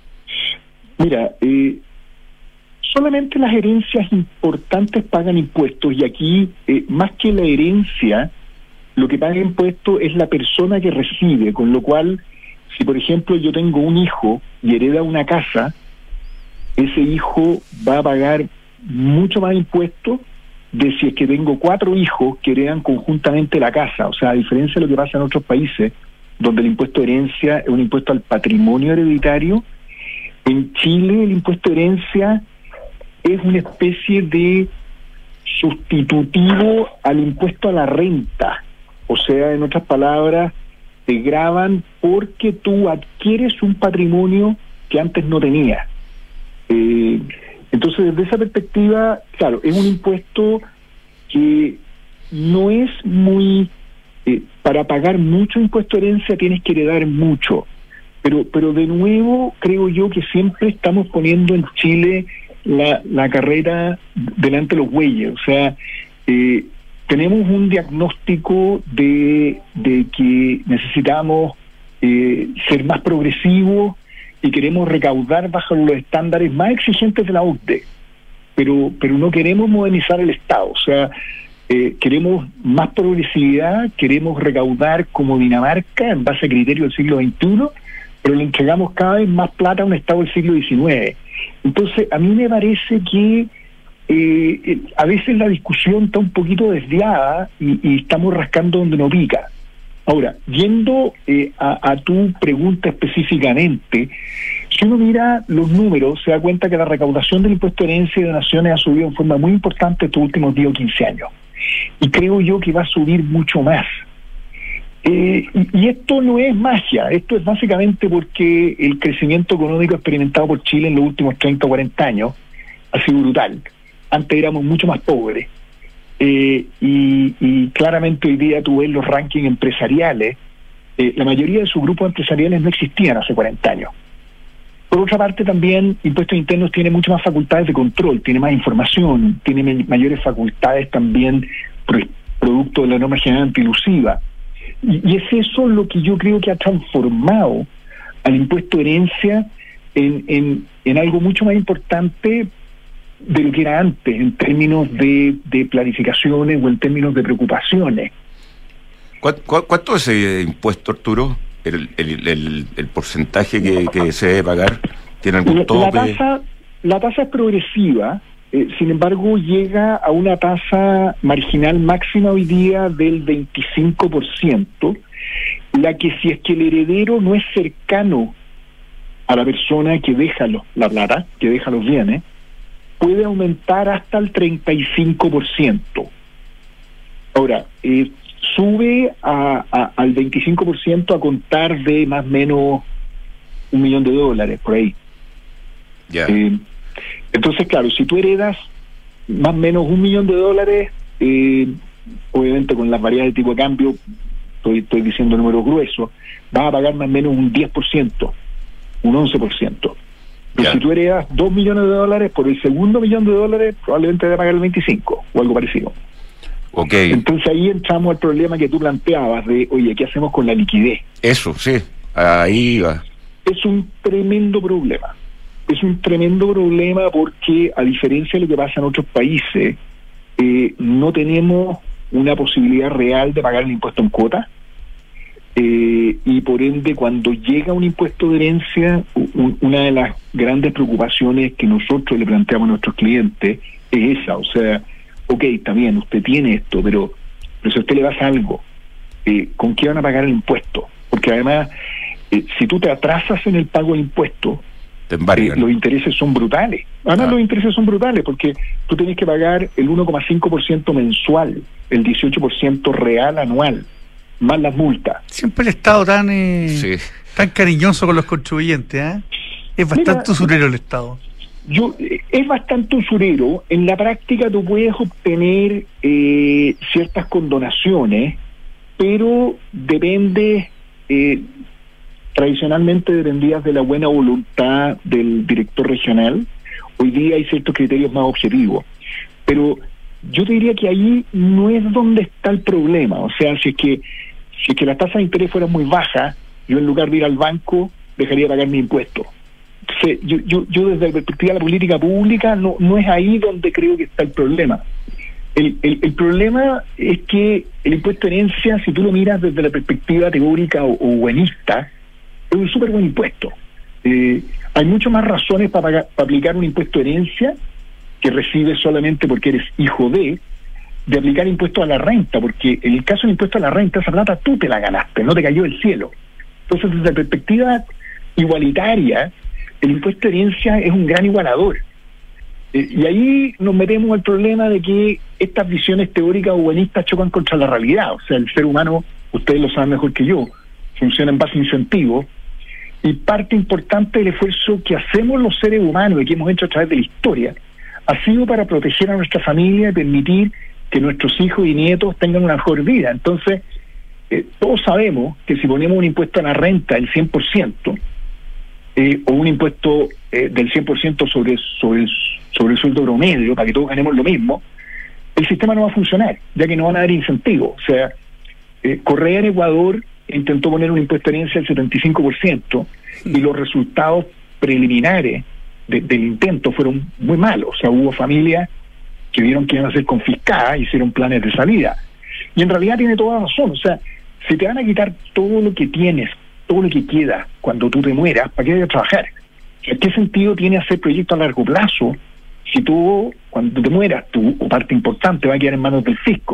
Mira, eh, solamente las herencias importantes pagan impuestos, y aquí, eh, más que la herencia, lo que paga impuesto es la persona que recibe, con lo cual, si por ejemplo yo tengo un hijo y hereda una casa, ese hijo va a pagar mucho más impuesto de si es que tengo cuatro hijos que heredan conjuntamente la casa. O sea, a diferencia de lo que pasa en otros países, donde el impuesto de herencia es un impuesto al patrimonio hereditario, en Chile el impuesto de herencia es una especie de sustitutivo al impuesto a la renta. O sea, en otras palabras, te gravan porque tú adquieres un patrimonio que antes no tenías. Eh, entonces, desde esa perspectiva, claro, es un impuesto que no es muy... Eh, para pagar mucho impuesto de herencia tienes que heredar mucho. Pero, pero de nuevo, creo yo que siempre estamos poniendo en Chile la, la carrera delante de los bueyes. O sea, eh, tenemos un diagnóstico de, de que necesitamos eh, ser más progresivos y queremos recaudar bajo los estándares más exigentes de la O C D E, pero, pero no queremos modernizar el Estado. O sea, eh, queremos más progresividad, queremos recaudar como Dinamarca en base a criterios del siglo veintiuno, pero le entregamos cada vez más plata a un Estado del siglo diecinueve. Entonces, a mí me parece que Eh, a veces la discusión está un poquito desviada y, y estamos rascando donde no pica. Ahora, yendo eh, a, a tu pregunta específicamente, si uno mira los números, se da cuenta que la recaudación del impuesto de herencia y de donaciones ha subido en forma muy importante estos últimos diez o quince años. Y creo yo que va a subir mucho más. Eh, y, y esto no es magia, esto es básicamente porque el crecimiento económico experimentado por Chile en los últimos treinta o cuarenta años ha sido brutal. Antes éramos mucho más pobres, eh, y, y claramente hoy día tú ves los rankings empresariales, eh, la mayoría de sus grupos empresariales no existían hace cuarenta años. Por otra parte, también Impuestos Internos tiene muchas más facultades de control, tiene más información, tiene mayores facultades también producto de la norma general antilusiva. Y, y es eso lo que yo creo que ha transformado al impuesto de herencia en, en, en algo mucho más importante de lo que era antes, en términos de, de planificaciones o en términos de preocupaciones. ¿Cuánto, cuánto es ese impuesto, Arturo? ¿El, el, el, el porcentaje que, que se debe pagar? ¿Tiene algún la, tope? La tasa, la tasa es progresiva, eh, sin embargo llega a una tasa marginal máxima hoy día del veinticinco por ciento, la que, si es que el heredero no es cercano a la persona que deja lo, la plata, que deja los bienes, puede aumentar hasta el treinta y cinco por ciento. Ahora, eh, sube a, a, al veinticinco por ciento a contar de más o menos un millón de dólares, por ahí. Yeah. Eh, entonces, claro, si tú heredas más o menos un millón de dólares, eh, obviamente con las variables de tipo de cambio, estoy, estoy diciendo números gruesos, vas a pagar más o menos un diez por ciento, un once por ciento. Pero yeah. si tú heredas dos millones de dólares, por el segundo millón de dólares probablemente debe pagar el veinticinco o algo parecido. Okay. Entonces ahí entramos al problema que tú planteabas de, oye, ¿qué hacemos con la liquidez? Eso, sí, ahí va. Es un tremendo problema. Es un tremendo problema porque, a diferencia de lo que pasa en otros países, eh, no tenemos una posibilidad real de pagar el impuesto en cuota. Eh, y por ende, cuando llega un impuesto de herencia, un, una de las grandes preocupaciones que nosotros le planteamos a nuestros clientes es esa. O sea, ok, está bien, usted tiene esto, pero, pero si a usted le pasa algo, eh, ¿con qué van a pagar el impuesto? Porque además eh, si tú te atrasas en el pago de impuestos, te embargan. Eh, los intereses son brutales. Además, ah. los intereses son brutales porque tú tienes que pagar el uno coma cinco por ciento mensual, el dieciocho por ciento real anual, más las multas. Siempre el Estado tan eh, sí. tan cariñoso con los contribuyentes, ¿eh? Es bastante Mira, usurero el Estado. Yo, eh, es bastante usurero. En la práctica tú puedes obtener eh, ciertas condonaciones, pero depende... Eh, tradicionalmente dependías de la buena voluntad del director regional. Hoy día hay ciertos criterios más objetivos, pero yo te diría que ahí no es donde está el problema. O sea, si es que si es que la tasa de interés fuera muy baja, yo en lugar de ir al banco dejaría de pagar mi impuesto. Entonces, yo, yo, yo desde la perspectiva de la política pública no, no es ahí donde creo que está el problema. El, el, el problema es que el impuesto de herencia, si tú lo miras desde la perspectiva teórica o, o buenista, es un súper buen impuesto. Eh, hay muchas más razones para, pagar, para aplicar un impuesto de herencia que recibes solamente porque eres hijo de, de aplicar impuesto a la renta, porque en el caso del impuesto a la renta, esa plata tú te la ganaste, no te cayó del cielo. Entonces, desde la perspectiva igualitaria, el impuesto de herencia es un gran igualador. Eh, y ahí nos metemos al problema de que estas visiones teóricas o buenistas chocan contra la realidad. O sea, el ser humano, ustedes lo saben mejor que yo, funciona en base a incentivos, y parte importante del esfuerzo que hacemos los seres humanos y que hemos hecho a través de la historia ha sido para proteger a nuestra familia y permitir que nuestros hijos y nietos tengan una mejor vida. Entonces, eh, todos sabemos que si ponemos un impuesto a la renta del cien por ciento eh, o un impuesto eh, del cien por ciento sobre, sobre, el, sobre el sueldo promedio, para que todos ganemos lo mismo, el sistema no va a funcionar, ya que no van a haber incentivos. O sea, eh, Correa en Ecuador intentó poner un impuesto de herencia del setenta y cinco por ciento y los resultados preliminares de, del intento fueron muy malos. O sea, hubo familias que vieron que iban a ser confiscadas, hicieron planes de salida. Y en realidad tiene toda razón. O sea, si te van a quitar todo lo que tienes, todo lo que queda cuando tú te mueras, ¿para qué vas a trabajar? O sea, ¿qué sentido tiene hacer proyectos a largo plazo si tú, cuando te mueras, tu parte importante va a quedar en manos del fisco?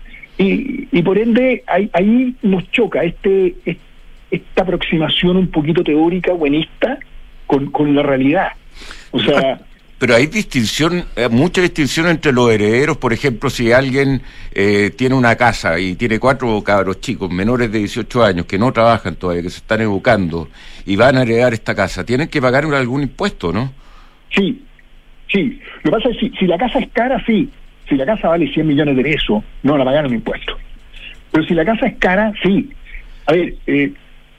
Y, y por ende, ahí, ahí nos choca este, este esta aproximación un poquito teórica, buenista, con, con la realidad. O sea... Pero hay distinción, mucha distinción entre los herederos. Por ejemplo, si alguien eh, tiene una casa y tiene cuatro cabros chicos menores de dieciocho años que no trabajan todavía, que se están educando y van a heredar esta casa, tienen que pagar algún impuesto, ¿no? Sí, sí. Lo que pasa es que si, si la casa es cara, sí. Si la casa vale cien millones de pesos, no la pagaron impuestos. Pero si la casa es cara, sí. A ver, eh,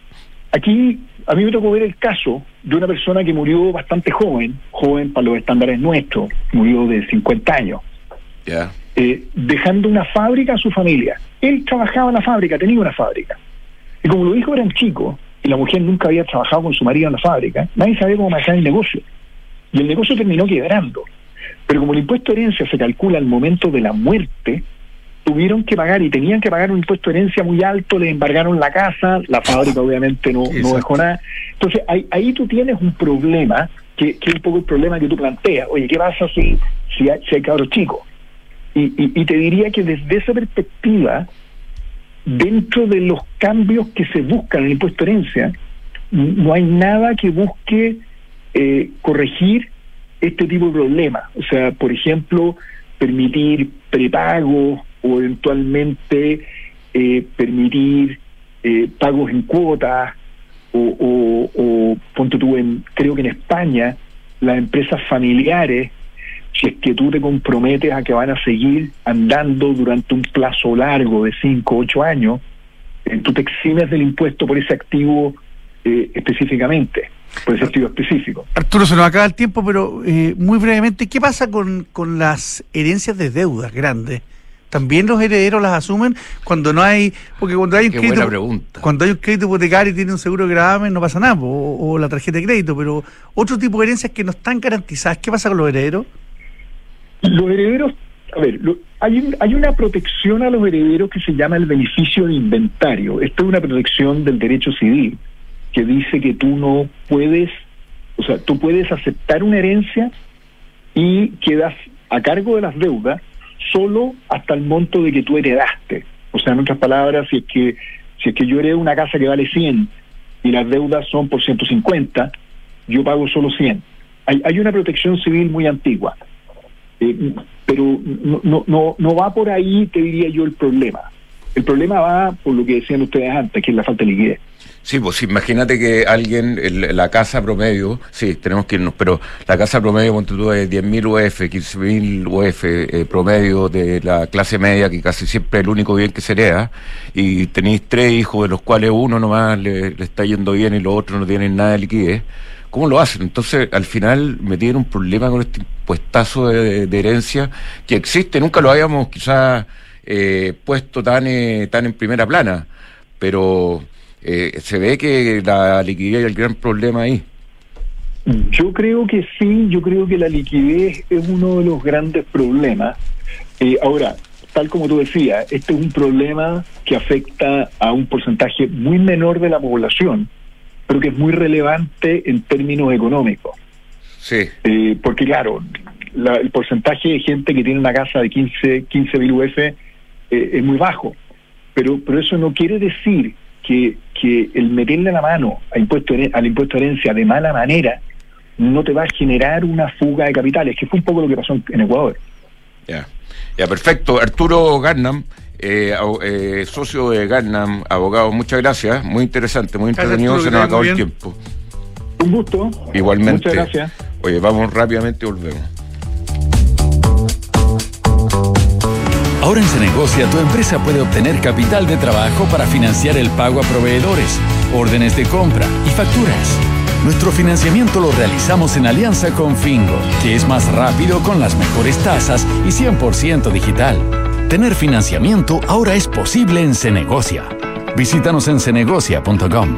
aquí a mí me tocó ver el caso de una persona que murió bastante joven, joven para los estándares nuestros, murió de cincuenta años, yeah. eh, dejando una fábrica a su familia. Él trabajaba en la fábrica, tenía una fábrica. Y como los hijos eran chicos, y la mujer nunca había trabajado con su marido en la fábrica, nadie sabía cómo manejar el negocio. Y el negocio terminó quebrando. Pero como el impuesto de herencia se calcula al momento de la muerte, tuvieron que pagar y tenían que pagar un impuesto de herencia muy alto, le embargaron la casa, la fábrica obviamente no, no dejó nada. Entonces ahí, ahí tú tienes un problema, que, que es un poco el problema que tú planteas. Oye, ¿qué pasa si, si, hay, si hay cabros chicos? Y, y, y te diría que desde esa perspectiva, dentro de los cambios que se buscan en el impuesto de herencia, no hay nada que busque eh, corregir este tipo de problemas. O sea, por ejemplo, permitir prepagos o eventualmente eh, permitir eh, pagos en cuotas o, o, o ponte tú en, creo que en España las empresas familiares, si es que tú te comprometes a que van a seguir andando durante un plazo largo de cinco, ocho años, eh, tú te eximes del impuesto por ese activo eh, específicamente. Por ese activo específico. Arturo, se nos acaba el tiempo, pero eh, muy brevemente, ¿qué pasa con, con las herencias de deudas grandes? ¿También los herederos las asumen cuando no hay, porque cuando hay un Qué crédito, buena pregunta. Cuando hay un crédito hipotecario y tiene un seguro de gravamen no pasa nada, o, o la tarjeta de crédito, pero otro tipo de herencias que no están garantizadas, ¿qué pasa con los herederos? Los herederos, a ver, lo, hay, un, hay una protección a los herederos que se llama el beneficio de inventario. Esto es una protección del derecho civil, que dice que tú no puedes, o sea, tú puedes aceptar una herencia y quedas a cargo de las deudas solo hasta el monto de que tú heredaste. O sea, en otras palabras, si es que si es que yo heredo una casa que vale cien y las deudas son por ciento cincuenta, yo pago solo cien. Hay, hay una protección civil muy antigua, eh, pero no, no, no, no va por ahí, te diría yo, el problema. El problema va por lo que decían ustedes antes, que es la falta de liquidez. Sí, pues imagínate que alguien, el, la casa promedio, sí, tenemos que irnos, pero la casa promedio, ponte tú, de diez mil U F, quince mil U F eh, promedio de la clase media, que casi siempre es el único bien que se hereda, y tenéis tres hijos, de los cuales uno nomás le, le está yendo bien y los otros no tienen nada de liquidez. ¿Cómo lo hacen? Entonces, al final me tienen un problema con este impuestazo de, de herencia que existe, nunca lo habíamos quizás eh, puesto tan, eh, tan en primera plana, pero... Eh, se ve que la liquidez es el gran problema ahí. Yo creo que sí, yo creo que la liquidez es uno de los grandes problemas. Eh, ahora, tal como tú decías, este es un problema que afecta a un porcentaje muy menor de la población, pero que es muy relevante en términos económicos. Sí. Eh, porque claro, la, el porcentaje de gente que tiene una casa de quince mil U F eh, es muy bajo, pero, pero eso no quiere decir que, que el meterle la mano a impuesto, al impuesto de herencia de mala manera no te va a generar una fuga de capitales, que fue un poco lo que pasó en, en Ecuador. Ya, ya, perfecto. Arturo Garnham, eh, eh, socio de Garnham, abogado, muchas gracias, muy interesante, muy entretenido, se nos acabó el tiempo. Un gusto. Igualmente. Muchas gracias. Oye, vamos rápidamente y volvemos. Ahora en Cenegocia, tu empresa puede obtener capital de trabajo para financiar el pago a proveedores, órdenes de compra y facturas. Nuestro financiamiento lo realizamos en alianza con Fingo, que es más rápido con las mejores tasas y cien por ciento digital. Tener financiamiento ahora es posible en Cenegocia. Visítanos en cenegocia punto com.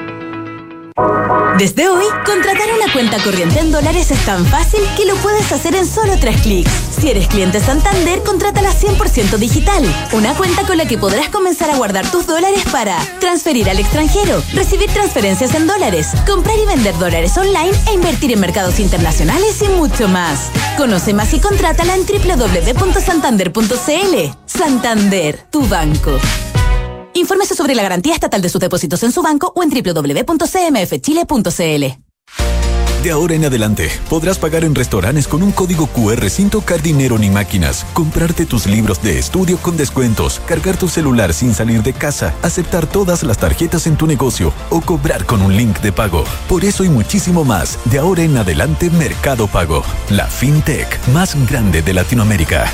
Desde hoy, contratar una cuenta corriente en dólares es tan fácil que lo puedes hacer en solo tres clics. Si eres cliente Santander, contrátala cien por ciento digital. Una cuenta con la que podrás comenzar a guardar tus dólares para transferir al extranjero, recibir transferencias en dólares, comprar y vender dólares online e invertir en mercados internacionales y mucho más. Conoce más y contrátala en doble u doble u doble u punto santander punto c l. Santander, tu banco. Infórmese sobre la garantía estatal de sus depósitos en su banco o en doble u doble u doble u punto c m f chile punto c l. De ahora en adelante, podrás pagar en restaurantes con un código cu erre sin tocar dinero ni máquinas, comprarte tus libros de estudio con descuentos, cargar tu celular sin salir de casa, aceptar todas las tarjetas en tu negocio o cobrar con un link de pago. Por eso y muchísimo más, de ahora en adelante Mercado Pago, la fintech más grande de Latinoamérica.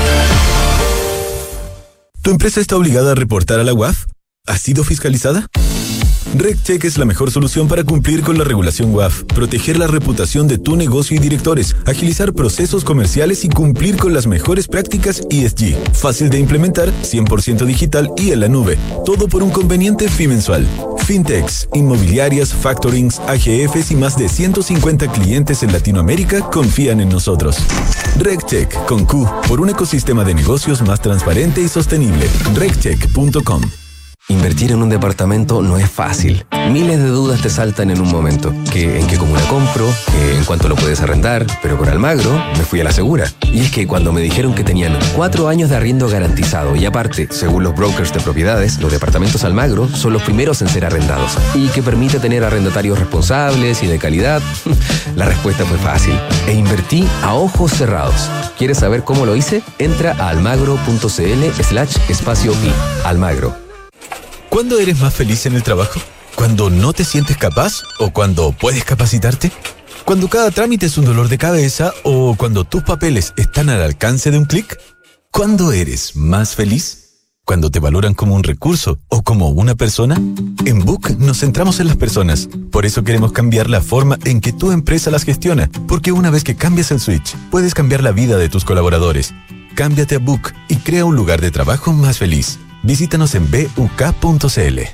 ¿Tu empresa está obligada a reportar a la U A F? ¿Ha sido fiscalizada? RegCheck es la mejor solución para cumplir con la regulación U A F, proteger la reputación de tu negocio y directores, agilizar procesos comerciales y cumplir con las mejores prácticas E S G. Fácil de implementar, cien por ciento digital y en la nube. Todo por un conveniente fee mensual. Fintechs, inmobiliarias, factorings, A G Fs y más de ciento cincuenta clientes en Latinoamérica confían en nosotros. RegCheck, con Q, por un ecosistema de negocios más transparente y sostenible. regcheck punto com. Invertir en un departamento no es fácil. Miles de dudas te saltan en un momento. ¿Que en qué comuna compro? ¿Que en cuánto lo puedes arrendar? Pero con Almagro me fui a la segura. Y es que cuando me dijeron que tenían cuatro años de arriendo garantizado y aparte, según los brokers de propiedades, los departamentos Almagro son los primeros en ser arrendados y que permite tener arrendatarios responsables y de calidad, la respuesta fue fácil. E invertí a ojos cerrados. ¿Quieres saber cómo lo hice? Entra a almagro punto c l slash espacio i. Almagro. ¿Cuándo eres más feliz en el trabajo? ¿Cuando no te sientes capaz o cuando puedes capacitarte? ¿Cuando cada trámite es un dolor de cabeza o cuando tus papeles están al alcance de un clic? ¿Cuándo eres más feliz? ¿Cuando te valoran como un recurso o como una persona? En Book nos centramos en las personas. Por eso queremos cambiar la forma en que tu empresa las gestiona. Porque una vez que cambias el switch, puedes cambiar la vida de tus colaboradores. Cámbiate a Book y crea un lugar de trabajo más feliz. Visítanos en buk punto c l.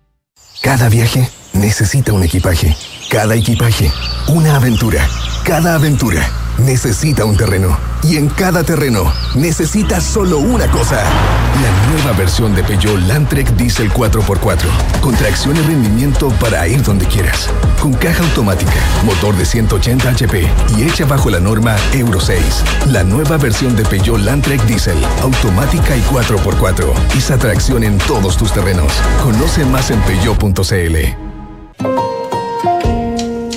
Cada viaje necesita un equipaje. Cada equipaje, una aventura. Cada aventura necesita un terreno. Y en cada terreno necesita solo una cosa. La nueva versión de Peugeot Landtrek Diesel cuatro por cuatro. Con tracción y rendimiento para ir donde quieras. Con caja automática, motor de ciento ochenta hache pe y hecha bajo la norma Euro seis. La nueva versión de Peugeot Landtrek Diesel, automática y cuatro por cuatro. Esa tracción en todos tus terrenos. Conoce más en peugeot punto c l.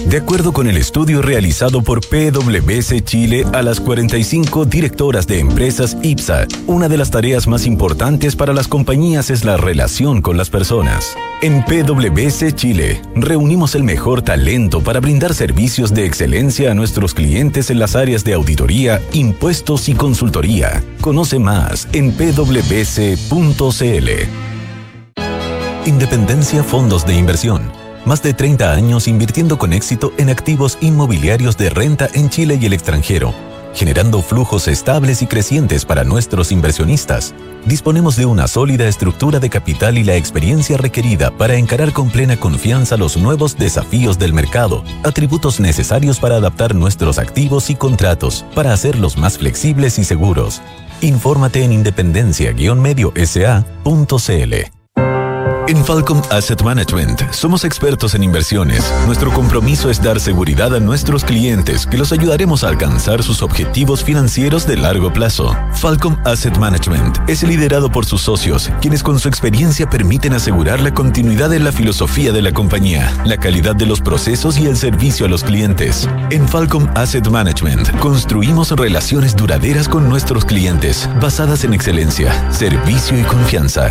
De acuerdo con el estudio realizado por PwC Chile a las cuarenta y cinco directoras de empresas I P S A, una de las tareas más importantes para las compañías es la relación con las personas. En PwC Chile, reunimos el mejor talento para brindar servicios de excelencia a nuestros clientes en las áreas de auditoría, impuestos y consultoría. Conoce más en p w c punto c l. Independencia Fondos de Inversión. Más de treinta años invirtiendo con éxito en activos inmobiliarios de renta en Chile y el extranjero, generando flujos estables y crecientes para nuestros inversionistas. Disponemos de una sólida estructura de capital y la experiencia requerida para encarar con plena confianza los nuevos desafíos del mercado, atributos necesarios para adaptar nuestros activos y contratos, para hacerlos más flexibles y seguros. Infórmate en independencia medio s a punto c l. En Falcom Asset Management somos expertos en inversiones. Nuestro compromiso es dar seguridad a nuestros clientes, que los ayudaremos a alcanzar sus objetivos financieros de largo plazo. Falcom Asset Management es liderado por sus socios, quienes con su experiencia permiten asegurar la continuidad de la filosofía de la compañía, la calidad de los procesos y el servicio a los clientes. En Falcom Asset Management construimos relaciones duraderas con nuestros clientes, basadas en excelencia, servicio y confianza.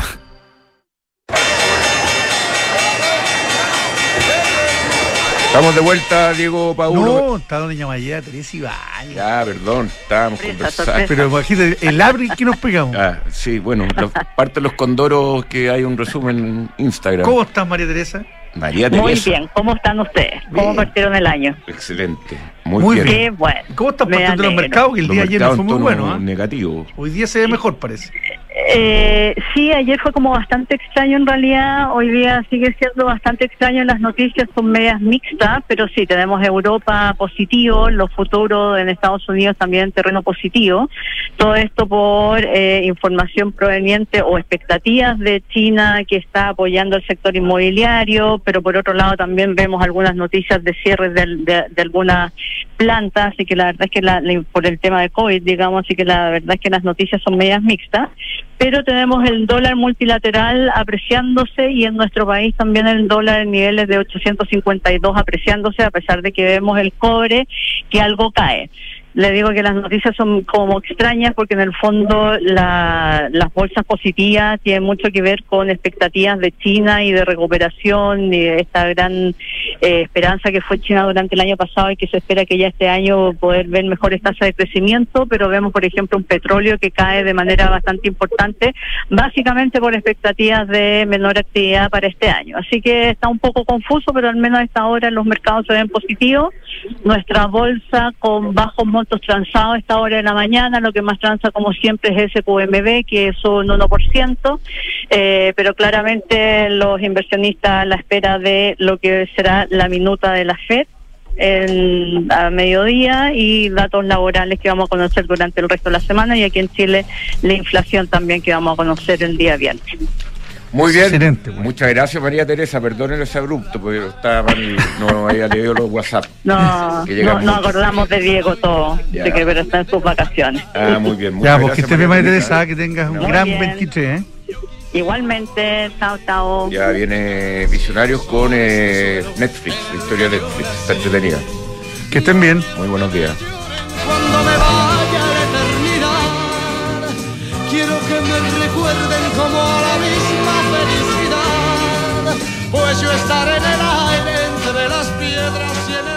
Estamos de vuelta, Diego Paulo. No, está doña Mayela Teresa Ibáñez. Ya, perdón, estábamos conversando. Pero imagínate, el abre que nos pegamos. Ah, sí, bueno, los, parte de los condoros que hay un resumen en Instagram. ¿Cómo estás, María Teresa? María Teresa. Muy bien, ¿cómo están ustedes? ¿Cómo Bien. partieron el año? Excelente, muy, Muy bien. bien. Qué bueno. ¿Cómo estás Me partiendo los alegro. mercados? Que el Los día ayer no mercados fue en muy tono bueno. ¿eh? negativo. Hoy día se ve mejor, parece. Eh, sí, ayer fue como bastante extraño en realidad, hoy día sigue siendo bastante extraño, las noticias son medias mixtas, pero sí, tenemos Europa positivo, los futuros en Estados Unidos también terreno positivo, todo esto por eh, información proveniente o expectativas de China que está apoyando el sector inmobiliario, pero por otro lado también vemos algunas noticias de cierres de, de, de algunas plantas, así que la verdad es que la, la, por el tema de COVID, digamos, así que la verdad es que las noticias son medias mixtas. Pero tenemos el dólar multilateral apreciándose y en nuestro país también el dólar en niveles de ochocientos cincuenta y dos apreciándose, a pesar de que vemos el cobre que algo cae. Le digo que las noticias son como extrañas porque en el fondo la, las bolsas positivas tienen mucho que ver con expectativas de China y de recuperación y de esta gran eh, esperanza que fue China durante el año pasado y que se espera que ya este año poder ver mejores tasas de crecimiento, pero vemos por ejemplo un petróleo que cae de manera bastante importante, básicamente por expectativas de menor actividad para este año. Así que está un poco confuso, pero al menos a esta hora los mercados se ven positivos. Nuestra bolsa con bajos montos transados a esta hora de la mañana, lo que más transa como siempre es S Q M B, que es un uno por ciento, eh, pero claramente los inversionistas a la espera de lo que será la minuta de la Fed en, a mediodía y datos laborales que vamos a conocer durante el resto de la semana, y aquí en Chile la inflación también que vamos a conocer el día viernes. Muy bien, excelente, bueno. Muchas gracias, María Teresa. Perdonen ese abrupto, porque estaba mal, no había leído los WhatsApp. No, no, nos acordamos de Diego todo, Ya. de que pero está en sus vacaciones. Ah, muy bien. Ya, Muchas pues que gracias, estés bien, María Teresa. Teresa, que tengas un Muy gran bien. veintitrés, ¿eh? Igualmente, chao, chao. Ya viene Visionarios con eh, Netflix, la historia de Netflix. Está entretenida. Que estén bien. Muy buenos días. Cuando me vaya a la eternidad, quiero que me recuerden como a la misma felicidad, pues yo estaré en el aire entre las piedras y en el